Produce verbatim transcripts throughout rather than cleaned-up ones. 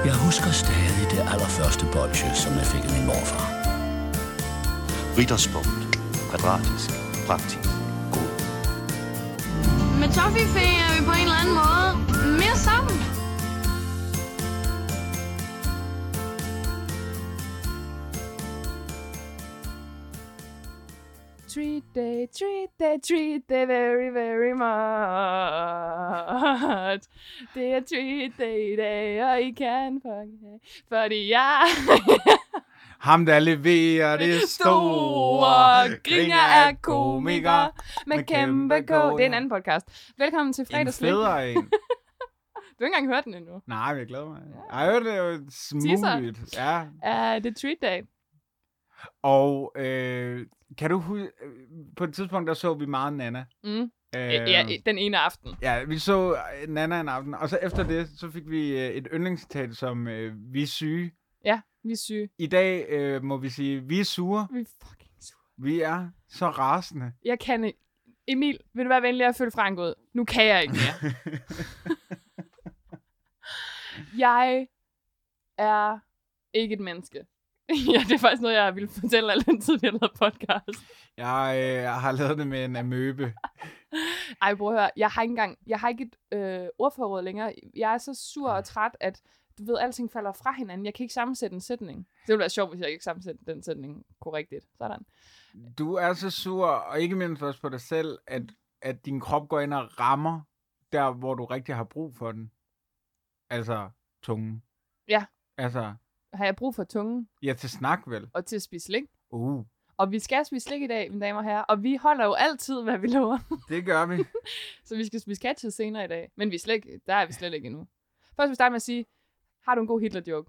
Jeg husker stadig det allerførste bolsje, som jeg fik af min morfar. Ritterspunkt. Kvadratisk. Praktisk. God. Med Toffifee er vi på en eller anden måde mere sammen. Treat day, treat day, treat day very, very much. Det er treat day i dag, og I kan fucking fordi jeg... Ham, der leverer det store, griner af komikere med kæmpe K. Det er en anden podcast. Velkommen til Fredagslik. En federe en. Du har ikke engang hørt den endnu. Nej, jeg glæder mig. Jeg hørte det jo smoothligt. Ja. Uh, det er treat day. Og øh, kan du huske, på et tidspunkt, der så vi meget Nana. Mm. Øh, ja, den ene aften. Ja, vi så Nana en aften. Og så efter det, så fik vi et yndlingscitat som øh, vi er syge. Ja, vi er syge. I dag øh, må vi sige, vi er sure. Vi er fucking sure. Vi er så rasende. Jeg kan ikke. Emil, vil du være venlig at følge Frank ud? Nu kan jeg ikke mere. Jeg er ikke et menneske. Ja, det er faktisk noget, jeg ville fortælle al den tid, vi har lavet podcast. Jeg øh, har lavet det med en amøbe. Ej, bror, hør. Jeg har ikke engang, jeg har ikke et øh, ordforråd længere. Jeg er så sur og træt, at du ved, alting falder fra hinanden. Jeg kan ikke sammensætte en sætning. Det ville være sjovt, hvis jeg ikke sammensætte den sætning korrekt. Sådan. Du er så sur, og ikke mindst også på dig selv, at, at din krop går ind og rammer der, hvor du rigtig har brug for den. Altså, tungen. Ja. Altså... Har jeg brug for tungen? Ja, til snak vel. Og til at spise slik. Uh. Og vi skal spise slik i dag, mine damer og herrer. Og vi holder jo altid, hvad vi lover. Det gør vi. Så vi skal spise catches senere i dag. Men vi er slet, der er vi slet ikke endnu. Først vil jeg starte med at sige, har du en god Hitler-joke?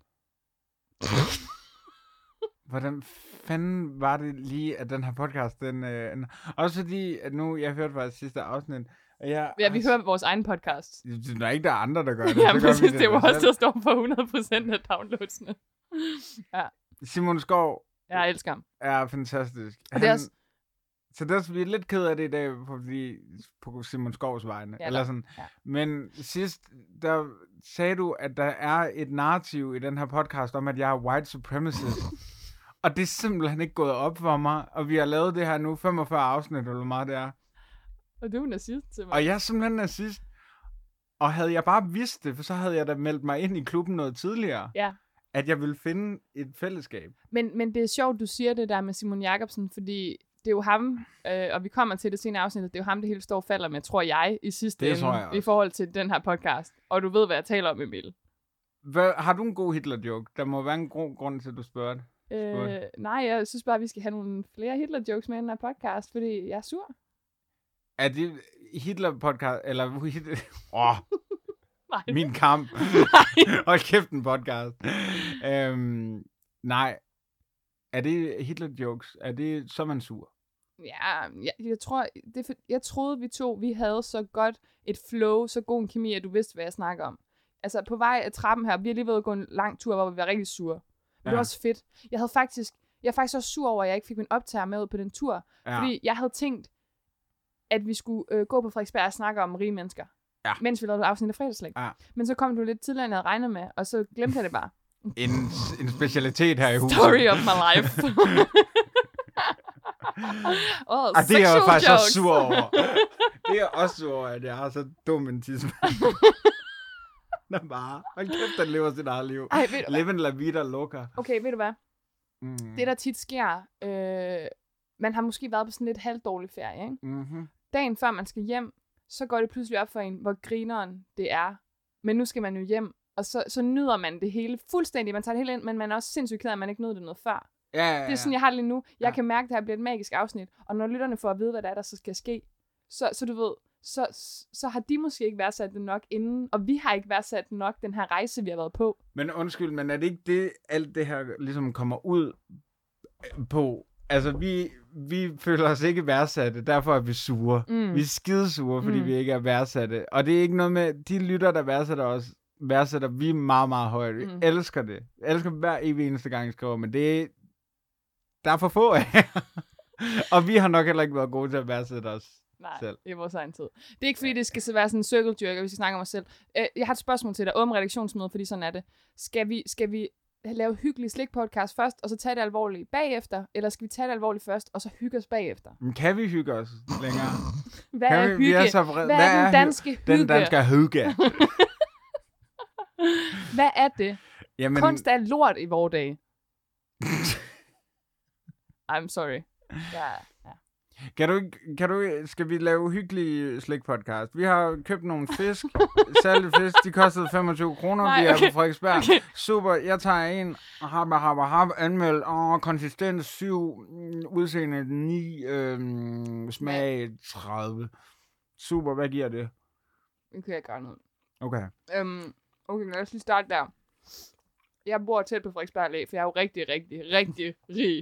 Hvordan fanden var det lige, at den her podcast, den... Øh, også fordi, at nu, jeg hørte faktisk sidste afsnit, jeg, ja, vi hører vores egen podcast. Der er ikke der er andre, der gør det. Ja, men præcis, det er jo også, der står for hundrede procent af downloadsene. Ja. Simon Skov. Jeg elsker ham. Er fantastisk. Han, det er også... Så det er også, vi er lidt ked af det i dag, fordi, på Simon Skovs vegne. Ja, eller sådan. Ja. Men sidst, der sagde du, at der er et narrativ i den her podcast om, at jeg er white supremacist. Og det er simpelthen ikke gået op for mig. Og vi har lavet det her nu, femogfyrre afsnit, eller hvor meget det er. Og du er nazist til mig. Og jeg er simpelthen nazist. Og havde jeg bare vidst det, for så havde jeg da meldt mig ind i klubben noget tidligere. Ja. At jeg ville finde et fællesskab. Men, men det er sjovt, du siger det der med Simon Jakobsen, fordi det er jo ham, øh, og vi kommer til det senere afsnit, det er jo ham, det hele står og falder med, tror jeg, i sidste det ende, i forhold til den her podcast. Og du ved, hvad jeg taler om, Emil. Hvad, har du en god Hitler-joke? Der må være en god grund til, at du spørger det. Øh, nej, jeg synes bare, at vi skal have nogle flere Hitler-jokes med i den her podcast, fordi jeg er sur. Er det Hitler-podcast, eller Hitler... Oh, nej. Min kamp. Hold kæft, en podcast. øhm, nej. Er det Hitler-jokes? Er det så man sur? Ja, jeg, jeg tror, det, jeg troede vi to, vi havde så godt et flow, så god en kemi, at du vidste, hvad jeg snakker om. Altså, på vej af trappen her, vi har lige været gå en lang tur, hvor vi var rigtig sure. Men ja. Det var også fedt. Jeg havde faktisk, jeg er faktisk også sur over, at jeg ikke fik min optager med ud på den tur. Ja. Fordi jeg havde tænkt, at vi skulle øh, gå på Frederiksberg og snakke om rige mennesker. Ja. Mens vi lavede et afsnit af Fredagslik. Ja. Men så kom du lidt tidligere, end jeg havde regnet med, og så glemte jeg det bare. En, en specialitet her i huset. Story of my life. oh, ah, det er jeg faktisk jokes. også sur over. Det er også sur over, at jeg har så dum en tidsmand. Den bare, hold kæft, den lever sit eget liv. Ej, Leven la vida loca. Okay, ved du hvad? Mm. Det, der tit sker, øh, man har måske været på sådan lidt halvdårlig ferie, ikke? Mm-hmm. Dagen før man skal hjem, så går det pludselig op for en, hvor grineren det er. Men nu skal man jo hjem, og så, så nyder man det hele fuldstændig. Man tager det hele ind, men man er også sindssygt ked af, at man ikke nød det noget før. Ja, ja, ja. Det er sådan, jeg har det lige nu. Jeg ja. kan mærke, at det her bliver et magisk afsnit. Og når lytterne får at vide, hvad der er, der så skal ske, så, så du ved, så, så har de måske ikke værdsat det nok inden, og vi har ikke værdsat nok den her rejse, vi har været på. Men undskyld, men er det ikke det, alt det her ligesom kommer ud på? Altså, vi, vi føler os ikke værdsatte, derfor er vi sure. Mm. Vi er skidesure, fordi mm. vi ikke er værdsatte. Og det er ikke noget med, de lytter, der værdsætter os, værdsætter vi meget, meget højt. Vi mm. elsker det. Jeg elsker hver evig eneste gang, jeg skriver, men det er, der er for få af. Og vi har nok heller ikke været gode til at værdsætte os Nej, selv. i vores egen tid. Det er ikke, fordi det skal være sådan en circle jerk, og vi skal snakke om os selv. Jeg har et spørgsmål til dig om redaktionsmøde, fordi sådan er det. Skal vi, skal vi lave hyggelig slik-podcast først, og så tage det alvorligt bagefter? Eller skal vi tage det alvorligt først, og så hygge os bagefter? Men kan vi hygge os længere? Hvad kan er vi, hygge? Vi er så vred... Hvad er den danske hygge? Den danske hygge. Hvad er det? Jamen... Kunst er lort i vores dage. I'm sorry. Ja, ja. Kan du, kan du, skal vi lave hyggelig slik-podcast? Vi har købt nogle fisk, salte fisk, de kostede femogtyve kroner, Nej, vi er okay. på Frederiksberg. Okay. Super, jeg tager en, habba, habba, habba, anmeld, åh, konsistens syv, udseende ni, øhm, smag tredive. Super, hvad giver det? Det kan jeg gøre noget. Okay. Øhm, okay, lad os lige starte der. Jeg bor tæt på Frederiksberg Allé, for jeg er jo rigtig, rigtig, rigtig rig.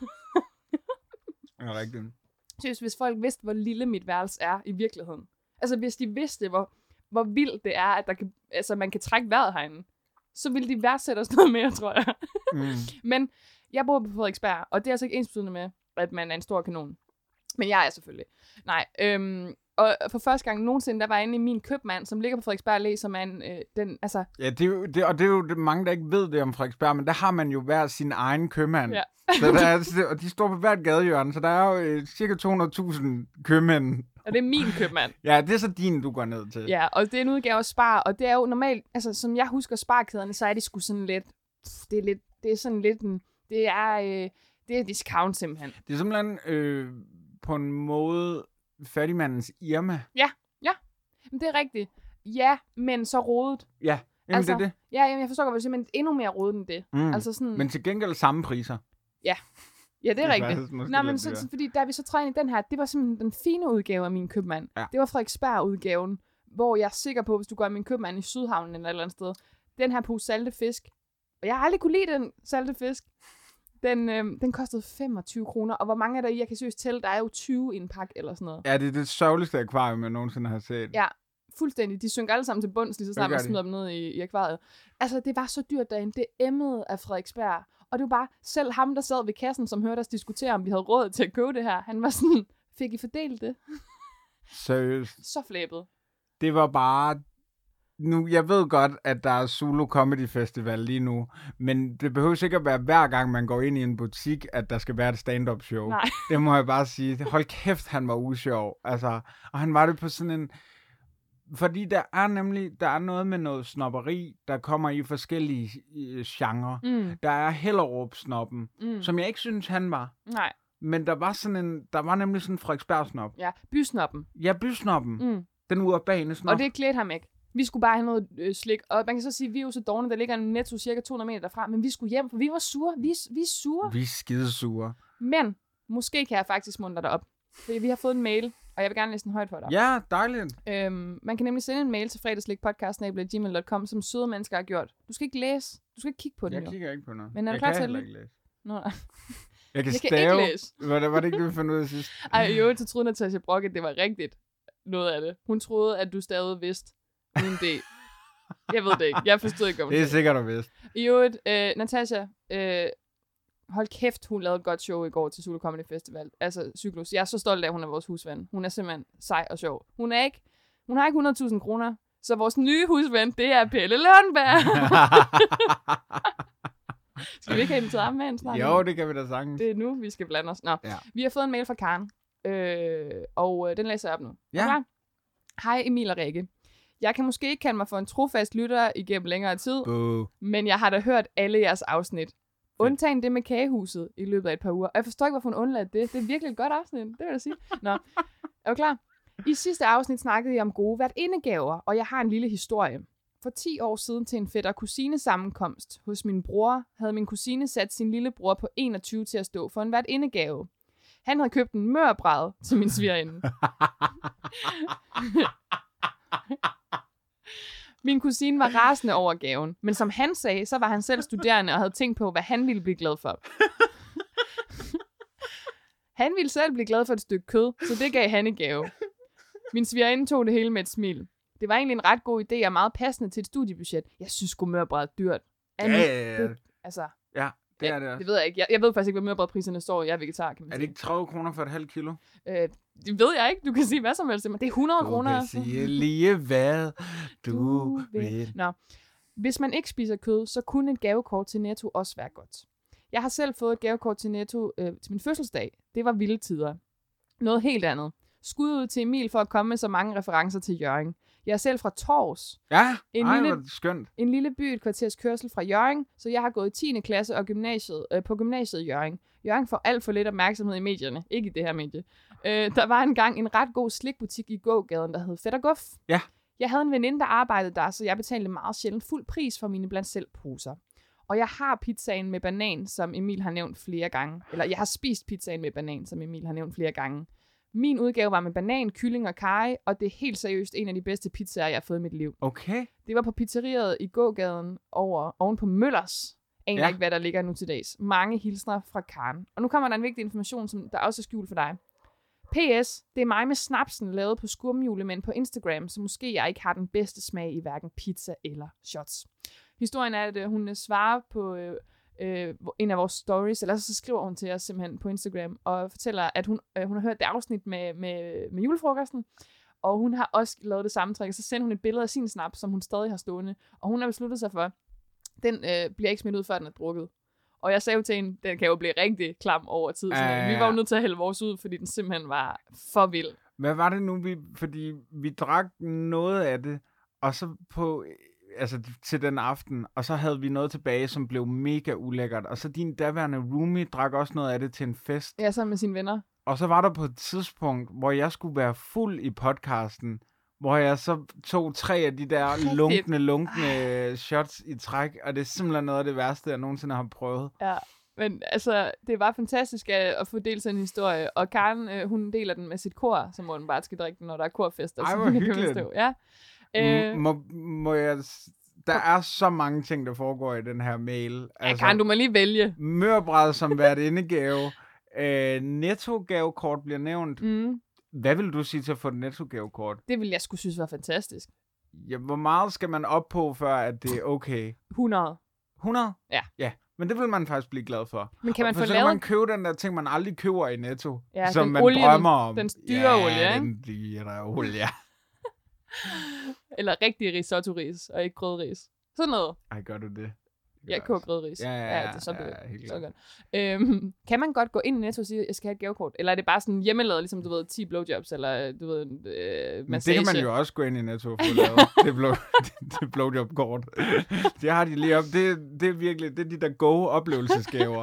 Ja, rigtigt. Jeg synes, hvis folk vidste, hvor lille mit værelse er i virkeligheden. Altså, hvis de vidste, hvor, hvor vildt det er, at der kan, altså, man kan trække vejret herinde, så ville de værdsætte os noget mere, tror jeg. Mm. Men jeg bor på Frederiksberg, og det er altså ikke ensbetydende med, at man er en stor kanon. Men jeg er selvfølgelig. Nej, øhm, og for første gang nogensinde, der var jeg inde i min købmand, som ligger på Frederiksberg Allé, som er en, øh, den, altså... Ja, det er jo, det, og det er jo det, mange, der ikke ved det om Frederiksberg, men der har man jo hver sin egen købmand. Ja. Så der er, og de står på hvert gadehjørne, så der er jo øh, cirka to hundrede tusind købmænd. Og det er min købmand. Ja, det er så din, du går ned til. Ja, og det er en udgave af Spar, og det er jo normalt, altså som jeg husker sparkæderne, så er de sgu sådan lidt, det er lidt, det er sådan lidt en, det er, øh, det er discount simpelthen. Det er simpelthen øh, på en måde fattigmandens Irma. Ja, ja, men det er rigtigt. Ja, men så rodet. Ja, jamen altså, det er det. Ja, jamen, jeg forstår godt, hvad du siger, men endnu mere rodet end det. Mm. Altså sådan, men til gengæld samme priser. Ja, ja, det er, det er rigtigt. faktisk, Nå, men så, så, fordi da vi så træder ind i den her, det var simpelthen den fine udgave af min købmand. Ja. Det var Frederiksberg-udgaven, hvor jeg er sikker på, hvis du går af min købmand i Sydhavnen eller et eller andet sted, den her pose salte fisk, og jeg har aldrig kunne lide den salte fisk, den, øh, den kostede femogtyve kroner, og hvor mange er der i? Jeg kan seriøst tælle, der er jo tyve i en pakke eller sådan noget. Ja, det er det sørgeligste akvarium, jeg nogensinde har set. Ja, fuldstændig. De synker alle sammen til bunds, lige så snart man de. smider dem ned i, i akvariet. Altså, det var så dyrt derinde. Det emmede af Frederiksberg. Og det var bare selv ham, der sad ved kassen, som hørte os diskutere, om vi havde råd til at købe det her. Han var sådan, fik I fordelt det? Seriøst. Så flæbet. Det var bare... Nu, jeg ved godt, at der er Zulu Comedy Festival lige nu, men det behøver ikke at være hver gang, man går ind i en butik, at der skal være et stand-up show. Nej. Det må jeg bare sige. Hold kæft, han var usjov. Altså, og han var det på sådan en... Fordi der er nemlig, der er noget med noget snobberi, der kommer i forskellige øh, genrer. Mm. Der er Hellerup-snoppen, mm. som jeg ikke synes, han var. Nej. Men der var sådan en, der var nemlig sådan en Frederiksberg-snop. Ja, bysnoppen. Ja, bysnoppen. Mm. Den urbane snop. Og det klædte ham ikke. Vi skulle bare have noget øh, slik. Og man kan så sige, at vi er jo så dårlige, der ligger en netto cirka to hundrede meter derfra. Men vi skulle hjem, for vi var sure. Vi, vi er sure. Vi er skidesure. Men måske kan jeg faktisk muntre dig op. Fordi vi har fået en mail, og jeg vil gerne læse den højt for dig. Ja, dejligt. Øhm, man kan nemlig sende en mail til fredagslikpodcast snabel-a gmail punktum com, som søde mennesker har gjort. Du skal ikke læse. Du skal ikke kigge på den. Jeg jo. kigger ikke på noget. Men er du jeg klar kan til at heller lytte? ikke læse. Nå, nej. Jeg kan Jeg kan stave. ikke læse. Var det, var det ikke det, vi fandt ud af sidst? Ej, i øvrigt, så troede Natasha Brock, at det var rigtigt. Noget af det. Hun troede, at du stavede vist. Uden det. Jeg ved det ikke. Jeg forstod ikke, om det er sikkert og vist. I øvrigt, øh, Natasha, øh, hold kæft, hun lavede et godt show i går til Zulu Comedy Festival. Altså, Cyklus. Jeg er så stolt af, at hun er vores husven. Hun er simpelthen sej og sjov. Hun er ikke, hun har ikke hundrede tusind kroner, så vores nye husven, det er Pelle Lundberg. Skal vi ikke have inviteret ham med en snart? Jo, det kan vi da sagtens. Det er nu, vi skal blande os. Nå, ja. Vi har fået en mail fra Karen, øh, og øh, den læser jeg op nu. Ja. Hej Emil og Rikke. Jeg kan måske ikke kalde mig for en trofast lytter igennem længere tid, Boo. men jeg har da hørt alle jeres afsnit. Undtagen det med kagehuset i løbet af et par uger. Og jeg forstår ikke, hvorfor hun undlader det. Det er virkelig et godt afsnit, det vil jeg sige. Nå, er du klar? I sidste afsnit snakkede jeg om gode værtindegaver, og jeg har en lille historie. For ti år siden til en fætter kusine sammenkomst hos min bror, havde min kusine sat sin lille bror på enogtyve til at stå for en værtindegave. Han havde købt en mørbræd til min svigerinde. Min kusine var rasende over gaven, men som han sagde, så var han selv studerende og havde tænkt på, hvad han ville blive glad for. Han ville selv blive glad for et stykke kød, så det gav han i gave. Min svigerinde tog det hele med et smil. Det var egentlig en ret god idé og meget passende til et studiebudget. Jeg synes sgu mørbræd er dyrt. Ja, ja, ja. Det, altså, ja, det er det også. Det ved jeg ikke. Jeg, jeg ved faktisk ikke, hvad mørbrædpriserne står. Jeg er vegetar, kan man Er det sige. ikke tredive kroner for et halvt kilo? Øh, Det ved jeg ikke. Du kan sige hvad som helst til mig. Det er hundrede kroner. Du kan sige lige hvad du, du vil. Nå. Hvis man ikke spiser kød, så kunne et gavekort til Netto også være godt. Jeg har selv fået et gavekort til Netto øh, til min fødselsdag. Det var vilde tider. Noget helt andet. Skud ud til Emil for at komme med så mange referencer til Hjørring. Jeg er selv fra Tors. Ja, en ej, lille, hvor skønt. En lille by, et kvarters kørsel fra Hjørring, så jeg har gået i tiende klasse og gymnasiet, øh, på gymnasiet i Hjørring. Hjørring får alt for lidt opmærksomhed i medierne. Ikke i det her medie. Øh, der var engang en ret god slikbutik i gågaden, der hed Fedt og Guf. Ja. Jeg havde en veninde, der arbejdede der, så jeg betalte meget sjældent fuld pris for mine blandt selv poser. Og jeg har pizzaen med banan, som Emil har nævnt flere gange. Eller jeg har spist pizzaen med banan, som Emil har nævnt flere gange. Min udgave var med banan, kylling og karry, og det er helt seriøst en af de bedste pizzaer, jeg har fået i mit liv. Okay. Det var på pizzeriet i gågaden over, oven på Møllers. Aner ja. ikke, hvad der ligger nu til dags. Mange hilsner fra Karen. Og nu kommer der en vigtig information, som der også er skjult for dig. P S. Det er mig med snapsen lavet på skurmjulemænd på Instagram, så måske jeg ikke har den bedste smag i hverken pizza eller shots. Historien er, at hun svarer på øh, øh, en af vores stories, eller så skriver hun til os simpelthen på Instagram, og fortæller, at hun, øh, hun har hørt det afsnit med, med, med julefrokosten, og hun har også lavet det samme træk, og så sender hun et billede af sin snap, som hun stadig har stående, og hun har besluttet sig for, den øh, bliver ikke smidt ud, før den er drukket. Og jeg sagde jo til hende, den kan jo blive rigtig klam over tid. Så ja, ja, ja. Vi var jo nødt til at hælde vores ud, fordi den simpelthen var for vild. Hvad var det nu, vi, fordi vi drak noget af det, og så på, altså til den aften, og så havde vi noget tilbage, som blev mega ulækkert. Og så din daværende roomie drak også noget af det til en fest. Ja, sammen med sine venner. Og så var der på et tidspunkt, hvor jeg skulle være fuld i podcasten, hvor jeg så tog tre af de der Rigtig. lunkne, lunkne shots i træk, og det er simpelthen noget af det værste, jeg nogensinde har prøvet. Ja, men altså, det var fantastisk at, at få delt sådan en historie, og Karen, øh, hun deler den med sit kor, som hun bare skal drikke den, når der er korfester. Ej, hvor hyggeligt. Ja. Øh, må, må jeg... Der er så mange ting, der foregår i den her mail. Altså, ja, Karen, du må lige vælge. Mørbræd som værtindegave. øh, Netto-gavekort bliver nævnt. Mm. Hvad vil du sige til at få et Netto-gavekort? Det ville jeg skulle synes var fantastisk. Ja, hvor meget skal man op på, før at det er okay? hundrede. hundrede? Ja. Ja, men det vil man faktisk blive glad for. Men kan man for få så lavet... kan man købe den der ting, man aldrig køber i Netto. Ja, som den man olien, drømmer om. Den dyre olie, ja, ikke? den dyre olie. Eller rigtig risotto-ris, og ikke grødris. Sådan noget. Ej, gør du det? Jeg koger grødris. Ja, ja, ja. ja, det er så, ja, ja, så godt. Øhm, kan man godt gå ind i Netto og sige, at jeg skal have et gavekort? Eller er det bare sådan hjemmelavet, ligesom du ved, ti blowjobs, eller du ved, øh, massage? Det kan man jo også gå ind i Netto og få lavet. det, blow, det, det blowjob-kort. Det har de lige op. Det, det er virkelig, det er de der gode oplevelsesgaver.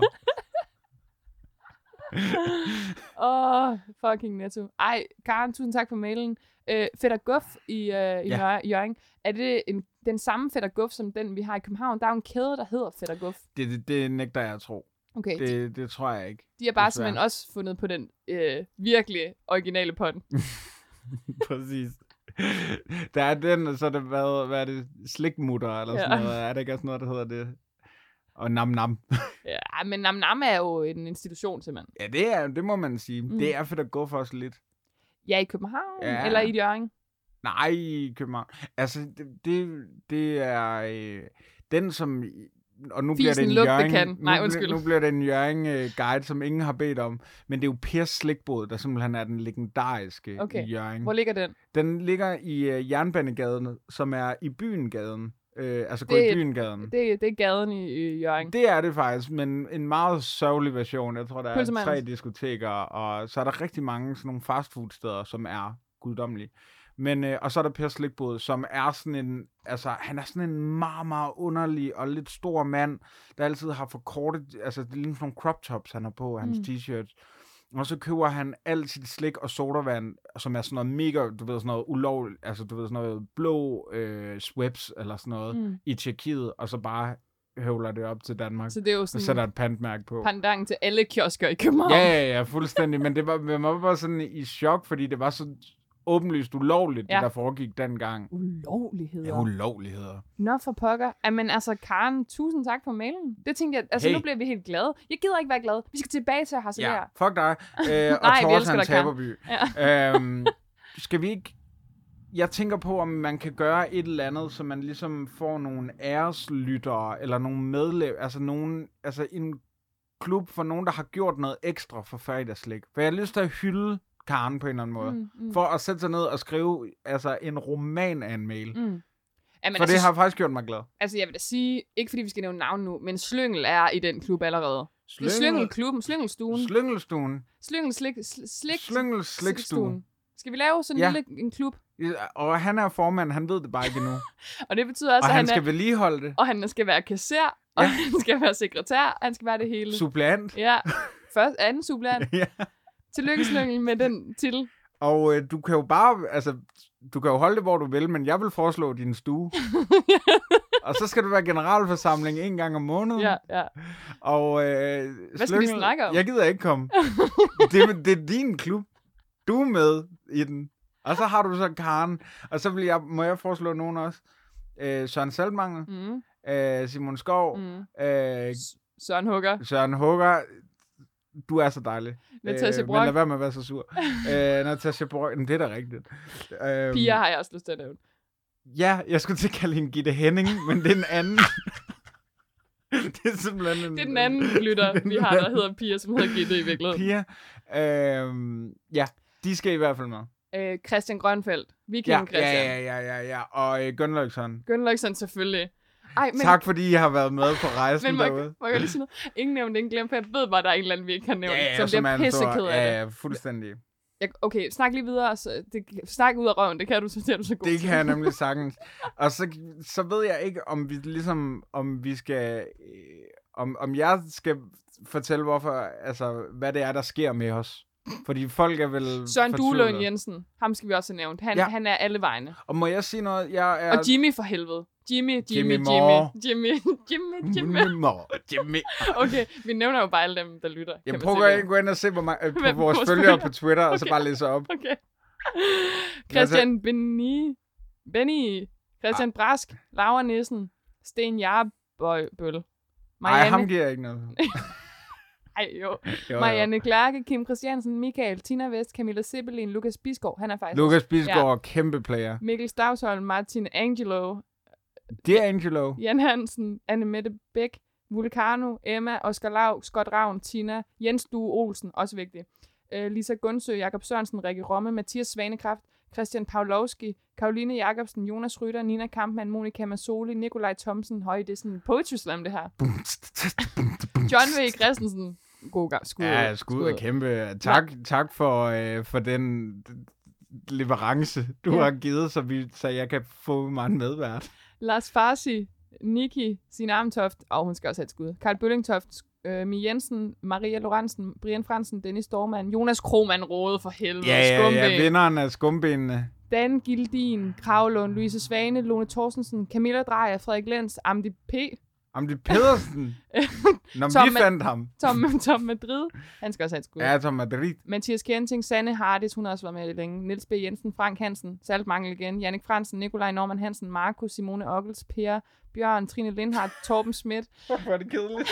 Åh, oh, fucking Netto. Ej, Karen, tusind tak for mailen. Øh, Fedt og Guf i, øh, i ja. Hjørring. Er det en, den samme Fedt og Guf, som den, vi har i København? Der er jo en kæde, der hedder Fedt og Guf. Det, det, det nægter jeg at tro. Okay. Det, det tror jeg ikke. De har bare simpelthen også fundet på den øh, virkelig originale pond. Præcis. Der er den, og så er det, hvad, hvad er det, slikmutter, eller ja. sådan noget. Er det ikke også noget, der hedder det? Og nam nam. Ja, men nam nam er jo en institution, simpelthen. Ja, det er det må man sige. Mm. Det er Fedt at gå for os lidt. Ja, i København, ja. Eller i Hjørring? Nej, i København. Altså, det, det, det er øh, den, som... Og nu bliver det en Hjørring, Nej, nu, undskyld. nu bliver det en Hjørring-guide, som ingen har bedt om. Men det er jo Pers Slikbod, der simpelthen er den legendariske okay. i Hjørring. Hvor ligger den? Den ligger i uh, Jernbanegaden, som er i Byengaden. Øh, altså gå i Byengaden. Det, det er gaden i, i Hjørring. Det er det faktisk, men en meget sørgelig version. Jeg tror, der er Pølsemand. tre diskoteker, og så er der rigtig mange sådan nogle fastfood-steder, som er guddommelige. Men, øh, og så er der Per Slikbod, som er sådan en, altså han er sådan en meget, meget underlig og lidt stor mand, der altid har for korte, altså det er sådan nogle crop tops, han har på, hans mm. t-shirts. Og så køber han alt sit slik og sodavand, som er sådan noget mega, du ved, sådan noget ulovligt, altså du ved, sådan noget blå øh, Schweppes eller sådan noget mm. i Tjekkiet, og så bare høvler det op til Danmark. Så det er jo sådan og sætter et pantmærke på. Pandang til alle kiosker i København. Ja, ja, ja, fuldstændig. Men det var, man var bare sådan i chok, fordi det var så åbenlyst ulovligt, ja. Det der foregik dengang. Ulovligheder. Ja, ulovligheder. Nå for pokker. Jamen altså, Karen, tusind tak for mailen. Det tænkte jeg, altså hey. Nu bliver vi helt glade. Jeg gider ikke være glad. Vi skal tilbage til at harcelere. Ja, fuck dig. Øh, og Thorsen Taberby. Ja. øhm, skal vi ikke... Jeg tænker på, om man kan gøre et eller andet, så man ligesom får nogle æreslyttere, eller nogle medlev, altså nogen, altså en klub for nogen, der har gjort noget ekstra for fredagsslik. For jeg har lyst til at hylde Karen på en eller anden måde. Mm, mm. For at sætte sig ned og skrive altså, en roman af en mail. Mm. Jamen, For altså, det har faktisk gjort mig glad. Altså, jeg vil da sige, ikke fordi vi skal nævne navn nu, men Slyngel er i den klub allerede. Slyngel, Det er Slyngelklubben, Slyngelstuen. Slyngelstuen. Slyngel slik, slik, slik, Slyngel slikstuen. Skal vi lave sådan en Ja. lille en klub? Og han er formand, han ved det bare ikke endnu. Og det betyder også, Og at han han, skal er, vedligeholde det. og han skal være kasser, og Ja. han skal være sekretær, han skal være det hele. Suppleant. Ja, først anden suppleant. Ja. Tillykke, Slyngel, med den titel. Og øh, du kan jo bare, altså, du kan jo holde det, hvor du vil, men jeg vil foreslå din stue. Og så skal du være generalforsamling en gang om måneden. Ja, ja. Og, øh, Hvad skal vi snakke om? Jeg gider ikke komme. det, det er din klub. Du er med i den. Og så har du så Karen. Og så vil jeg, må jeg foreslå nogen også. Øh, Søren Saltmangel. Mm. Øh, Simon Skov. Mm. Øh, Søren Hugger. Søren Hugger. Du er så dejlig. Natasha øh, Brock. Men lad være med at være så sur. øh, Natasha Brock. Det er da rigtigt. Øh, Pia har jeg også lyst til at nævne. Ja, jeg skulle til at kalde hende Gitte Henning, men det er en anden. det er simpelthen en... Det er den anden lytter, vi har, der hedder Pia, som hedder Gitte i virkeligheden. Pia. Øh, ja, de skal i hvert fald med. Øh, Christian Grønfeldt. Viking Ja, Christian. ja, ja, ja, ja, ja. Og øh, Gunnlaugsson. Gunnlaugsson selvfølgelig. Ej, men, Tak fordi I har været med på rejsen men må, derude. jeg, må jeg lige sige noget? Ingen nævnt, ingen glemt, for jeg ved bare, der er en eller anden, vi ikke har nævnt, Ja, ja, som som er bliver en stor- pisseked af Ja, det. ja, fuldstændig. Jeg, okay, snak lige videre. Så det, snak ud af røven, det kan du, så det er du så god Det til. kan jeg nemlig sagtens. Og så, så ved jeg ikke, om vi ligesom, om vi skal, øh, om, om jeg skal fortælle, hvorfor, altså, hvad det er, der sker med os. Fordi folk er vel Søren fortvivlede. Duelund Jensen, ham skal vi også have nævnt. Han, Ja. han er alle vegne. Og må jeg sige noget? Jeg er... Og Jimmy for helvede. Jimmy, Jimmy, Jimmy Jimmy, Moore. Jimmy, Jimmy, Jimmy. Jimmy. Jimmy. Okay, vi nævner jo bare alle dem, der lytter. Jeg kan man prøver sige. at gå ind og se hvor mange, øh, på Hvem vores vores følgere følgere? på Twitter, og så Okay. bare læse op. Okay. Christian Benny, Benny, Christian Ah. Brask, Laura Nissen, Sten Jarbøl, Nej, Marianne, ham giver jeg ikke noget. Ej, jo. Jo, jo. Marianne Klærke, Kim Christiansen, Michael, Tina Vest, Camilla Sibbelin, Lukas Bisgaard, han er faktisk Lukas Bisgaard, kæmpe player. Mikkel Stavsholm, Martin Angelo, Det er Angelo. Jan Hansen, Anne Mette Bæk, Vulcano, Emma, Oscar Lav, Scott Ravn, Tina, Jens Due Olsen, også vigtigt. Uh, Lisa Gunsø, Jakob Sørensen, Rikke Romme, Mathias Svanekraft, Christian Pavlovski, Karoline Jacobsen, Jonas Rytter, Nina Kampmann, Monika Masoli, Nikolaj Thomsen. Høj, det er sådan en poetry slam, det her. John V. Christensen. God gang. Skud. Ja, skud er kæmpe. Tak, tak for, øh, for den leverance, du Ja. har givet, så, vi, så jeg kan få mig en medvært. Lars Farsi, Niki, Signe Armtoft, og hun skal også have et skud. Karl Bøllingtoft, øh, Mi Jensen, Maria Lorentzen, Brian Fransen, Dennis Stormann, Jonas Krohmann Rode for helvede, Ja, ja, Skumbe, ja, vinderen af skumbenene. Dan Gildin, Kravlund, Louise Svane, Lone Thorstensen, Camilla Drejer, Frederik Lenz, Amdi P, Amdi Pedersen. Når Tom vi Ma- fandt ham. Tom, Tom Madrid, han skal også have et skud. Ja, Tom Madrid. Mathias Kenting, Sanne Hardis, hun har også været med lidt længe, Niels B. Jensen, Frank Hansen, Saltmangel igen, Jannik Fransen, Nikolaj Norman Hansen, Markus, Simone Ockels, Per, Bjørn, Trine Lindhardt, Torben Schmidt, Hvor er det kedeligt.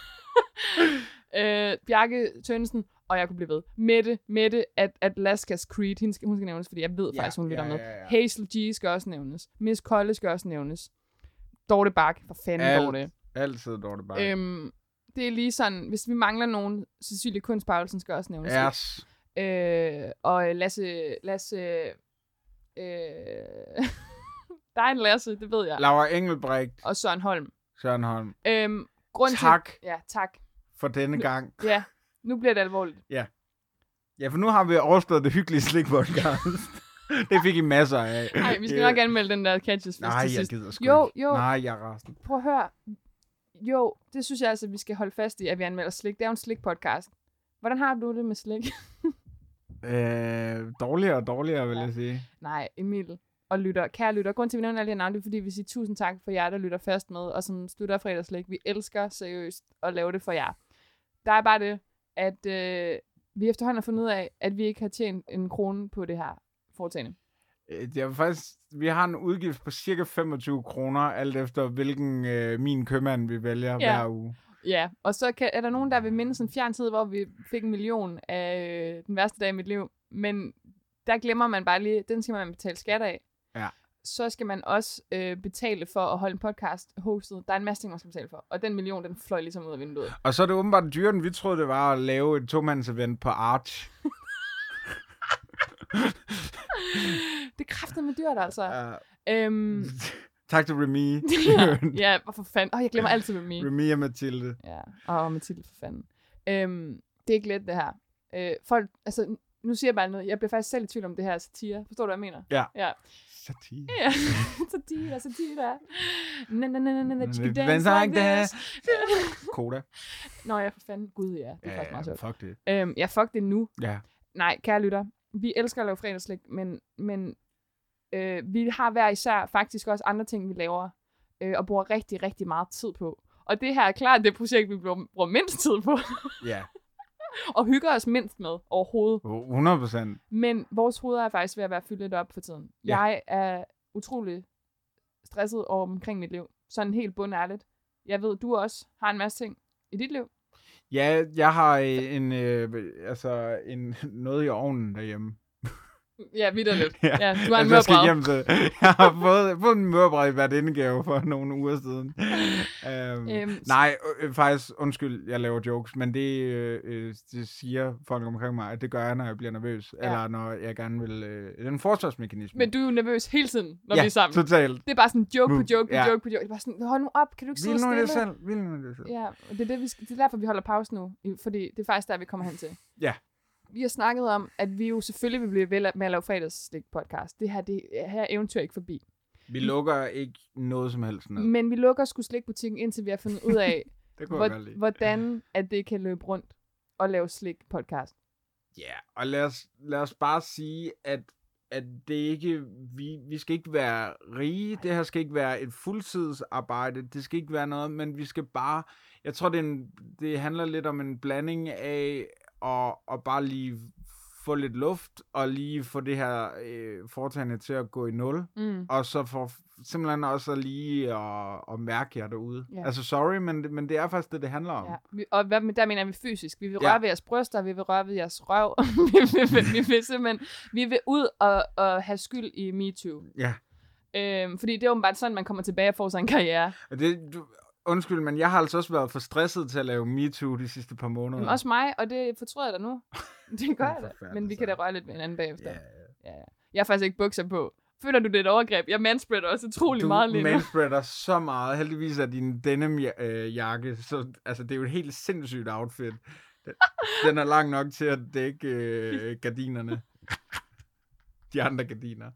øh, Bjarke Tønnesen, og jeg kunne blive ved. Mette, Mette at Atlaskas Creed, hende skal, hun skal nævnes, fordi jeg ved Ja, faktisk, hun lytter ja, med. ja, ja. Hazel G skal også nævnes. Miss Kolle skal også nævnes. Dorte Bak, for fanden Alt. Dorte. Altid Dorte Bakke. Øhm, det er lige sådan, hvis vi mangler nogen, Cecilie Kunst Paulsen skal også nævnes. Yes. Øh, og Lasse, Lasse, øh, der er en Lasse, det ved jeg. Laura Engelbrecht. Og Søren Holm. Søren Holm. Øhm, grund Tak. Til, ja, tak. For denne gang. Ja, nu bliver det alvorligt. Ja, for nu har vi overstået det hyggelige slik-podcast. Det fik I masser af. Nej, vi skal Ja. nok anmelde den der catches Nej, til jeg sidst. gider sgu Jo, ikke. jo. Nej, jeg er rasende. Prøv at høre. Jo, det synes jeg altså, vi skal holde fast i, at vi anmelder slik. Det er jo en slik-podcast. Hvordan har du det med slik? Øh, dårligere og dårligere, vil jeg sige. Nej, Emil og lytter. Kære lytter, grund til, at vi nævner alle de her navne, det er, fordi vi siger tusind tak for jer, der lytter fast med, og som slutter fredagslæg. Vi elsker seriøst at lave det for jer. Der er bare det, at øh, vi efterhånden har fundet ud af, at vi ikke har tjent en krone på det her foretagende. Øh, Det er faktisk, vi har en udgift på cirka femogtyve kroner, alt efter hvilken øh, min købmand vi vælger Ja. hver uge. Ja, og så kan, er der nogen, der vil minde sådan en fjern tid, hvor vi fik en million af øh, den værste dag i mit liv. Men der glemmer man bare lige, den skal man betale skat af. Ja. Så skal man også øh, betale for at holde en podcast hostet. Der er en masse ting, man skal betale for. Og den million, den fløj ligesom ud af vinduet. Og så er det åbenbart dyrere, end vi troede, det var at lave et to-mands-event på Arch. Det er kraftedeme dyrt, altså. Uh, Øhm, tak til Remy. ja, ja, for fanden. Åh, oh, jeg glemmer altid Remy. Remy og Mathilde. Ja, og Mathilde for fanden. Øhm, det er ikke let, det her. Øh, folk, altså, nu siger jeg bare noget. Jeg bliver faktisk selv i tvivl om det her satire. Forstår du, hvad jeg mener? Ja. Ja. Satire. Ja, satire, satire. Na na na na na, chicken Dance dance like like that. this. Koda. Nå ja, for fanden. Gud, ja. Det er Ja, faktisk meget ja, sjovt. fuck det. Øhm, ja, fuck det nu. Ja. Nej, kære lytter. Vi elsker at lave fredagslæg, men, men øh, vi har hver især faktisk også andre ting, vi laver, øh, og bruger rigtig, rigtig meget tid på. Og det her er klart det projekt, vi bruger, bruger mindst tid på. Ja. Og hygger os mindst med overhovedet. hundrede procent. Men vores hoveder er faktisk ved at være fyldt lidt op for tiden. Ja. Jeg er utrolig stresset over omkring mit liv. Sådan helt bundærligt. Jeg ved, du også har en masse ting i dit liv. Ja, jeg har øh, en, øh, altså, en, noget i ovnen derhjemme. Ja, vidderligt. Ja. Ja, du har en Altså, jeg skal mørbræd. hjem til, jeg har fået, fået en mørbræd i hvert indgave for nogle uger siden. øhm, Øhm, nej, øh, faktisk, undskyld, jeg laver jokes, men det, øh, øh, det siger folk omkring mig, at det gør jeg, når jeg bliver nervøs, ja. Eller når jeg gerne vil... Øh, det er en forsvarsmekanisme. Men du er jo nervøs hele tiden, når ja, vi er sammen. totalt. Det er bare sådan joke på joke på Ja. joke på joke. Det er bare sådan, hold nu op, kan du ikke sidde Vil nu i det stille? selv. Vil nu i det selv. Ja, og det er, det, vi skal, det er derfor, vi holder pause nu. i- Fordi det er faktisk der, vi kommer hen til. Ja. Vi har snakket om, at vi jo selvfølgelig vil blive ved med at lave fredagslæg podcast. Det her, det her eventyr er ikke forbi. Vi lukker ikke noget som helst ned. Men vi lukker sgu slikbutikken, indtil vi har fundet ud af, Det kunne jeg godt hvor, lide. hvordan at det kan løbe rundt og lave slik podcast. Ja, yeah, og lad os, lad os bare sige, at, at det ikke, vi, vi skal ikke være rige, det her skal ikke være et fuldtidsarbejde, det skal ikke være noget, men vi skal bare, jeg tror, det, er en, det handler lidt om en blanding af at, at bare lige få lidt luft, og lige få det her øh, foretagende til at gå i nul, Mm. og så for simpelthen også lige at, at mærke jer derude. Ja. Altså sorry, men, det- men det er faktisk det, det handler om. Ja. Vi, og hvad, der mener vi fysisk. Vi vil Ja. røre ved jeres bryster, vi vil røre ved jeres røv. vi, vil, vi, vi vil simpelthen, vi vil ud og, og have skyld i MeToo. Ja. Øhm, fordi det er åbenbart sådan, man kommer tilbage og får sig en karriere. Og Det, du, undskyld, men jeg har altså også været for stresset til at lave MeToo de sidste par måneder. Men også mig, og det fortryder jeg da nu. Det gør jeg da. Forfærdeligt, Men vi kan da så. røre lidt ved hinanden bagefter. Ja, Ja, ja. Jeg har faktisk ikke bukser på. Føler du det er et overgreb? Jeg manspreader også utrolig du meget lige nu. manspreader så meget. Heldigvis er din denim øh, jakke, så altså, det er jo et helt sindssygt outfit. Den, den er lang nok til at dække øh, gardinerne. De andre gardiner.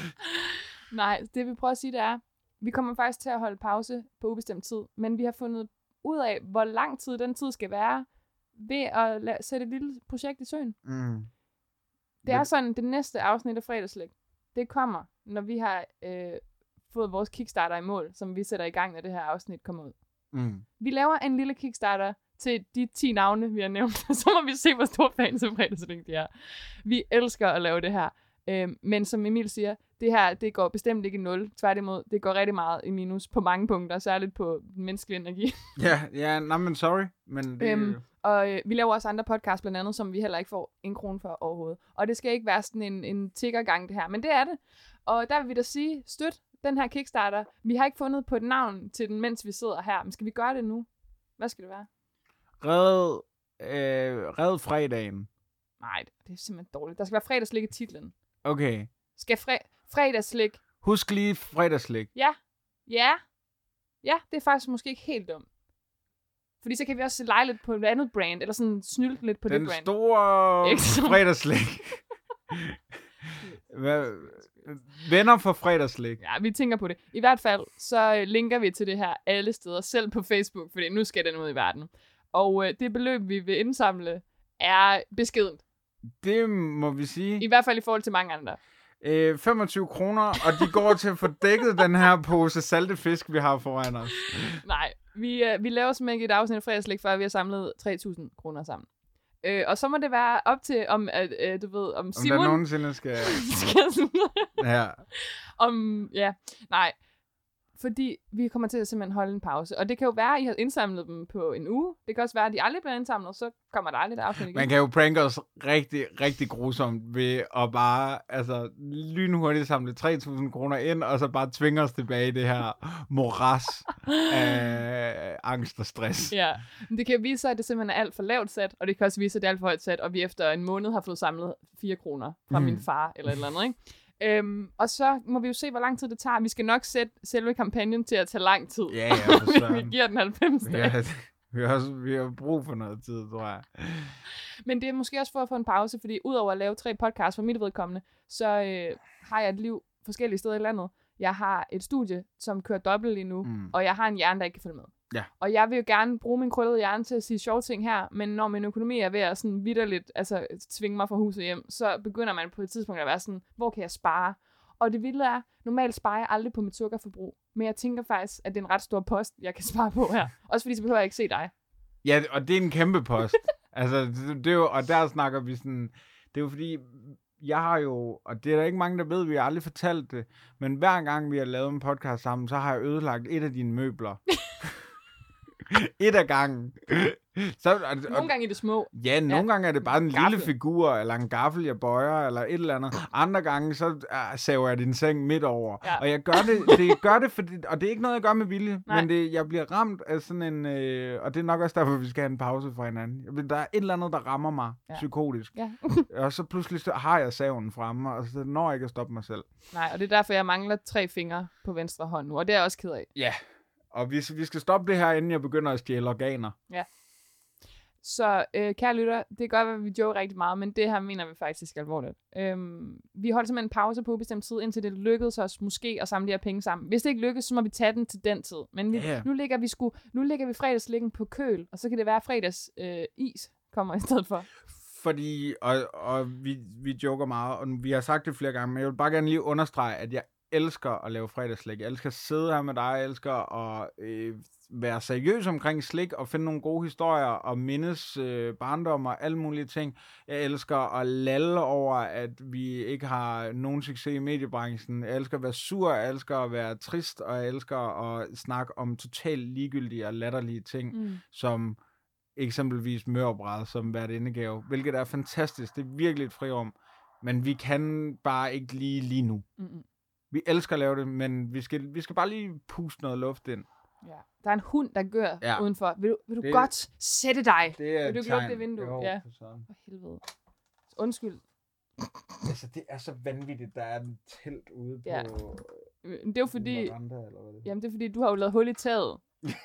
Nej, det vi prøver at sige, det er, vi kommer faktisk til at holde pause på ubestemt tid, men vi har fundet ud af, hvor lang tid den tid skal være, ved at la- sætte et lille projekt i søen. Mm. Det er sådan, det næste afsnit af fredagslæg, det kommer, når vi har øh, fået vores Kickstarter i mål, som vi sætter i gang, når det her afsnit kommer ud. Mm. Vi laver en lille Kickstarter til de ti navne, vi har nævnt. Så må vi se, hvor stor fans af fredagslæg de er. Vi elsker at lave det her. Øhm, men som Emil siger, det her, det går bestemt ikke i nul. Tværtimod, det går rigtig meget i minus på mange punkter, særligt på den menneskelige energi. Ja, ja, nej, men sorry. Men det, Øhm, og øh, vi laver også andre podcasts blandt andet, som vi heller ikke får en krone for overhovedet. Og det skal ikke være sådan en, en tiggergang, det her. Men det er det. Og der vil vi da sige, støt den her Kickstarter. Vi har ikke fundet på et navn til den, mens vi sidder her. Men skal vi gøre det nu? Hvad skal det være? red, øh, red fredagen. Nej, det er simpelthen dårligt. Der skal være fredagslæg i titlen. Okay. Skal fre- fredagslæg... Husk lige fredagslæg. Ja. Ja. Ja, det er faktisk måske ikke helt dumt. Fordi så kan vi også lege lidt på et andet brand, eller sådan snylte lidt på Den det brand. store Ikke så- fredagslæg. Hvad? Venner for fredagslæg. Ja, vi tænker på det. I hvert fald, så øh, linker vi til det her alle steder, selv på Facebook, fordi nu skal den ud i verden. Og øh, det beløb, vi vil indsamle, er beskedent. Det må vi sige. I hvert fald i forhold til mange andre. Øh, femogtyve kroner, og de går til at få dækket den her pose salte fisk, vi har foran os. Nej, vi, øh, vi laver simpelthen ikke et afsnit af fredagslæg, før vi har samlet tre tusind kroner sammen. Øh, og så må det være op til, om, at, øh, du ved, om Om Simon... der nogensinde skal... skal sådan, Ja. om, ja, nej. fordi vi kommer til at simpelthen holde en pause. Og det kan jo være, at I har indsamlet dem på en uge. Det kan også være, at de aldrig bliver indsamlet, så kommer der aldrig et afsnit igen. Man kan jo pranke os rigtig, rigtig grusomt ved at bare altså, lynhurtigt samle tre tusind kroner ind, og så bare tvinge os tilbage i det her moras af angst og stress. Ja, men det kan vise sig, at det simpelthen er alt for lavt sat, og det kan også vise sig, at det er alt for højt sat, og vi efter en måned har fået samlet fire kroner fra mm. min far, eller et eller andet, ikke? Øhm, og så må vi jo se, hvor lang tid det tager. Vi skal nok sætte selve kampagnen til at tage lang tid. Ja, ja, for søren. Vi giver den halvfems dage. Ja, vi har, også, vi har brug for noget tid, tror jeg. Men det er måske også for at få en pause, fordi udover at lave tre podcasts for mit vedkommende, så øh, har jeg et liv forskellige steder i landet. Jeg har et studie, som kører dobbelt lige nu, mm. og jeg har en hjerne, der ikke kan følge med. Ja. Og jeg vil jo gerne bruge min krøllede hjerne til at sige sjove ting her, men når min økonomi er ved at sådan vitterligt, altså tvinge mig fra huset hjem, så begynder man på et tidspunkt at være sådan, hvor kan jeg spare? Og det vilde er, normalt sparer jeg aldrig på mit sukkerforbrug, men jeg tænker faktisk, at det er en ret stor post, jeg kan spare på her. Også fordi så behøver jeg ikke se dig. Ja, og det er en kæmpe post. altså, det, det er jo, og der snakker vi sådan, det er jo fordi, jeg har jo, og det er der ikke mange, der ved, vi har aldrig fortalt det, men hver gang vi har lavet en podcast sammen, så har jeg ødelagt et af dine møbler. Et af gangen. Så, og, og, nogle gange i det små. Ja, nogle ja. gange er det bare en, en lille gaffel. figur, eller en gaffel, jeg bøjer, eller et eller andet. Andre gange, så uh, saver jeg din seng midt over. Ja. Og jeg gør det, det gør det, fordi, og det er ikke noget, jeg gør med vilje, Nej. men det, jeg bliver ramt af sådan en, øh, og det er nok også derfor, vi skal have en pause fra hinanden. Der er et eller andet, der rammer mig ja. psykotisk. Ja. Og så pludselig så har jeg saven fremme, og så når jeg ikke at stoppe mig selv. Nej, og det er derfor, jeg mangler tre fingre på venstre hånd nu, og det er jeg også ked af. Ja. Og vi, vi skal stoppe det her, inden jeg begynder at stjæle organer. Ja. Så øh, kære lytter, det gør, at vi joker rigtig meget, men det her mener vi faktisk alvorligt. Øhm, vi holder simpelthen en pause på ubestemt tid, indtil det lykkedes os måske at samle de her penge sammen. Hvis det ikke lykkes, så må vi tage den til den tid. Men vi, yeah. nu, ligger vi sku, nu ligger vi fredagslæggen på køl, og så kan det være, at fredags øh, is kommer i stedet for. Fordi, og, og vi, vi joker meget, og vi har sagt det flere gange, men jeg vil bare gerne lige understrege, at jeg elsker at lave fredagslæg. Jeg elsker at sidde her med dig. Jeg elsker at øh, være seriøs omkring slik og finde nogle gode historier og mindes øh, barndom og alle mulige ting. Jeg elsker at lalle over, at vi ikke har nogen succes i mediebranchen. Jeg elsker at være sur, jeg elsker at være trist, og jeg elsker at snakke om totalt ligegyldige og latterlige ting, mm. som eksempelvis mørbræd som værtindegave, hvilket er fantastisk. Det er virkelig et frirum. Men vi kan bare ikke lige lige nu. Mm-mm. Vi elsker at lave det, men vi skal, vi skal bare lige puste noget luft ind. Ja. Der er en hund, der gør ja. udenfor. Vil du, vil du det, godt sætte dig? Det er vil du ikke lukke det vindue? Jo, ja. For helvede. Undskyld. Altså, det er så vanvittigt, der er en telt ude ja. på... Det er jo fordi... Miranda, eller hvad det? Jamen, det er fordi, du har jo lavet hul i taget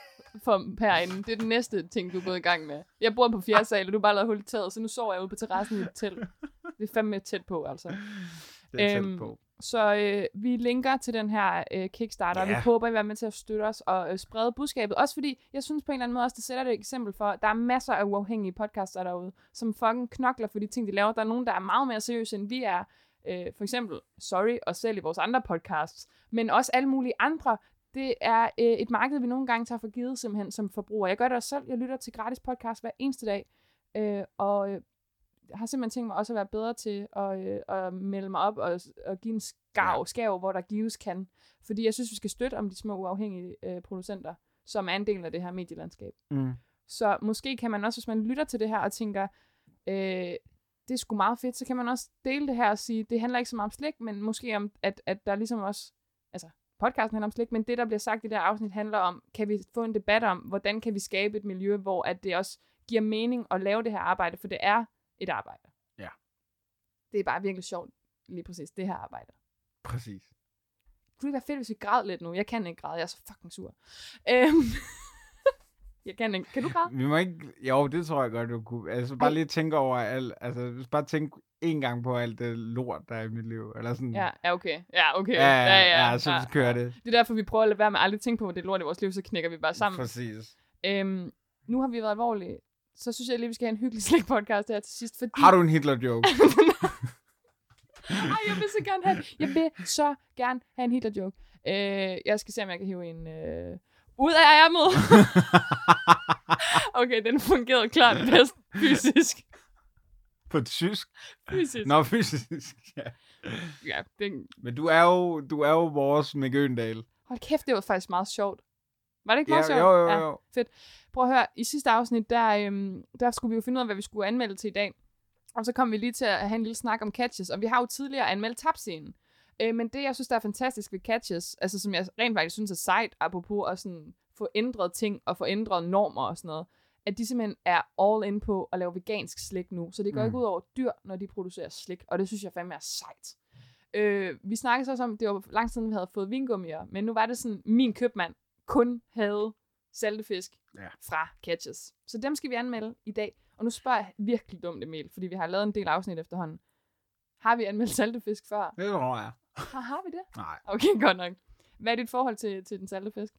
for herinde. Det er den næste ting, du er gået i gang med. Jeg bor på fjerde sal, og du har bare lavet hul i taget, så nu sover jeg ude på terrassen i et telt. Det er fandme tæt på, altså. Det er øhm, tæt på. Så øh, vi linker til den her øh, Kickstarter, og yeah. vi håber, I vil være med til at støtte os og øh, sprede budskabet. Også fordi, jeg synes på en eller anden måde også, det sætter det et eksempel for, der er masser af uafhængige podcaster derude, som fucking knokler for de ting, de laver. Der er nogen, der er meget mere seriøse, end vi er. Øh, for eksempel, sorry, os selv i vores andre podcasts, men også alle mulige andre. Det er øh, et marked, vi nogle gange tager for givet simpelthen som forbruger. Jeg gør det også selv. Jeg lytter til gratis podcast hver eneste dag, øh, og... Øh, jeg har simpelthen tænkt mig også at være bedre til at, øh, at melde mig op og, og give en skav, ja. skav, hvor der gives kan. Fordi jeg synes, vi skal støtte om de små uafhængige øh, producenter, som er en del af det her medielandskab. Mm. Så måske kan man også, hvis man lytter til det her og tænker, øh, det er sgu meget fedt, så kan man også dele det her og sige, det handler ikke så meget om slik, men måske om, at, at der ligesom også, altså podcasten handler om slik, men det, der bliver sagt i det her afsnit, handler om, kan vi få en debat om, hvordan kan vi skabe et miljø, hvor at det også giver mening at lave det her arbejde, for det er et arbejde. Ja. Det er bare virkelig sjovt, lige præcis, det her arbejde. Præcis. Kunne det være fedt, hvis vi græd lidt nu? Jeg kan ikke græde, jeg er så fucking sur. Øhm. jeg kan ikke. Kan du græde? Vi må ikke... Jo, det tror jeg godt, du kunne. Altså, bare Ej. lige tænke over alt... Altså, bare tænke en gang på alt det lort, der er i mit liv. Eller sådan... Ja, ja, okay. Ja, okay. Ja, ja, ja, ja så ja, kører det. Det er derfor, vi prøver at lade være med at aldrig tænke på, at det er lort i vores liv, så knækker vi bare sammen. Præcis. Øhm, nu har vi været alvorlige. Så synes jeg lige, vi skal have en hyggelig slik-podcast her til sidst, fordi... Har du en Hitler-joke? Ej, jeg vil så gerne have... Jeg vil så gerne have en Hitler-joke. Øh, jeg skal se, om jeg kan hive en... Øh, ud af ærmet! Okay, den fungerede klart bedst fysisk. På tysk? Fysisk. Nå, fysisk, ja. Ja, det... Men du er jo, du er jo vores Mick Øgendahl. Hold kæft, det var faktisk meget sjovt. Var det ikke meget Ja, sjovt? jo, jo, Ja, jo. fedt. Prøv at høre, i sidste afsnit, der, øhm, der skulle vi jo finde ud af, hvad vi skulle anmelde til i dag. Og så kom vi lige til at have en lille snak om Catches, og vi har jo tidligere anmeldt Tabscenen. Øh, men det, jeg synes, der er fantastisk ved Catches, altså som jeg rent faktisk synes er sejt, apropos at sådan få ændret ting og få ændret normer og sådan noget, at de simpelthen er all in på at lave vegansk slik nu. Så det går mm. ikke ud over dyr, når de producerer slik, og det synes jeg fandme er sejt. Øh, vi snakkede så også om, det var lang tid siden, vi havde fået vingummier, men nu var det sådan, min købmand kun havde saltefisk ja. fra Catches. Så dem skal vi anmelde i dag. Og nu spørger jeg virkelig dumt, Emil, fordi vi har lavet en del afsnit efterhånden. Har vi anmeldt saltefisk før? Det tror jeg. Har, har vi det? Nej. Okay, godt nok. Hvad er dit forhold til, til den saltefisk?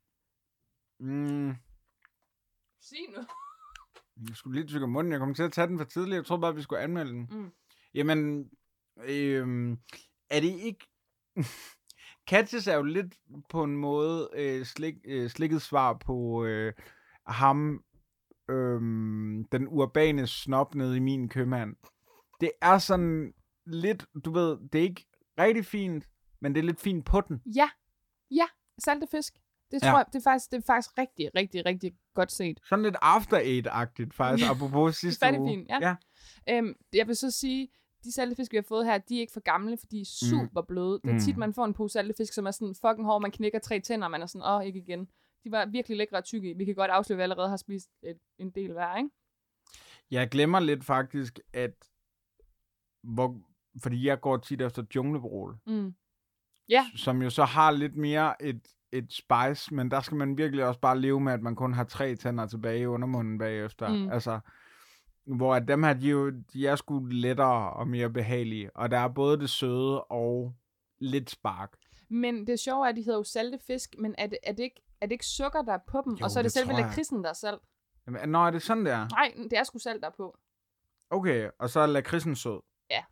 Mm. Sig nu. Jeg skulle lige tykke om munden. Jeg kom til at tage den for tidligt. Jeg troede bare, vi skulle anmelde den. Mm. Jamen, øhm, er det ikke... Catches er jo lidt på en måde øh, slik, øh, slikket svar på øh, ham, øh, den urbane snop nede i min købmand. Det er sådan lidt, du ved, det er ikke rigtig fint, men det er lidt fint på den. Ja, ja, saltefisk. Det tror Ja. jeg, det er, faktisk, det er faktisk rigtig, rigtig, rigtig godt set. Sådan lidt after eight-agtigt faktisk, apropos sidste det er uge. fint, ja. ja. Øhm, jeg vil så sige, de saltefisk, vi har fået her, de er ikke for gamle, for de er super bløde. Det er tit, man får en pose saltefisk, som er sådan fucking hård, man knækker tre tænder, og man er sådan, åh, ikke igen. De var virkelig lækre og tykke. Vi kan godt afsløre, at vi allerede har spist et, en del hver, ikke? Jeg glemmer lidt faktisk, at hvor, fordi jeg går tit efter junglebrol, Mm. Ja. som jo så har lidt mere et, et spice, men der skal man virkelig også bare leve med, at man kun har tre tænder tilbage i undermunden bagefter. Mm. Altså, hvor at dem her, de, jo, de er sgu lettere og mere behagelige, og der er både det søde og lidt spark. Men det sjove er, at de hedder jo saltefisk, men er det, er det, ikke, er det ikke sukker, der er på dem? Jo, og så er det, det selve tror jeg. lakridsen, der er salt? Jamen, nå, er det sådan, der? Nej, det er sgu salt, der er på. Okay, og så er lakridsen sød. Ja.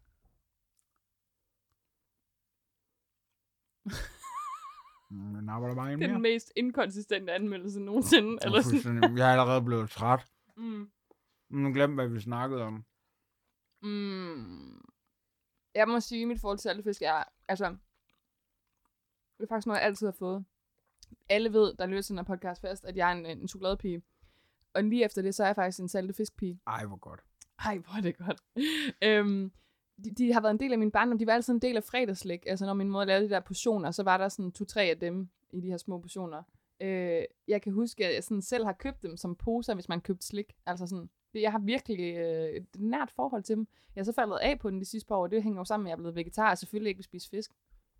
Men arbejder bare en Det er mere. den mest inkonsistente anmeldelse nogensinde. Eller sådan. Jeg er allerede blevet træt. Mm. Nu glemte, hvad vi snakkede om. Mm. Jeg må sige, at mit forhold til saltefisk er, altså, det er faktisk noget, jeg altid har fået. Alle ved, der lytter til den her podcast fast, at jeg er en, en chokoladepige. Og lige efter det, så er jeg faktisk en saltefiskpige. Ej, hvor godt. Ej, hvor er det godt. øhm, de, de har været en del af min barndom. De var altid en del af fredagslæg. Altså, når min mor lavede de der portioner, så var der sådan to-tre af dem i de her små portioner. Øh, jeg kan huske, at jeg sådan selv har købt dem som poser, hvis man købte slik. Altså sådan, det, jeg har virkelig øh, et nært forhold til dem. Jeg er så faldet af på den de sidste par år. Det hænger jo sammen med, at jeg er blevet vegetar, og selvfølgelig ikke vil spise fisk.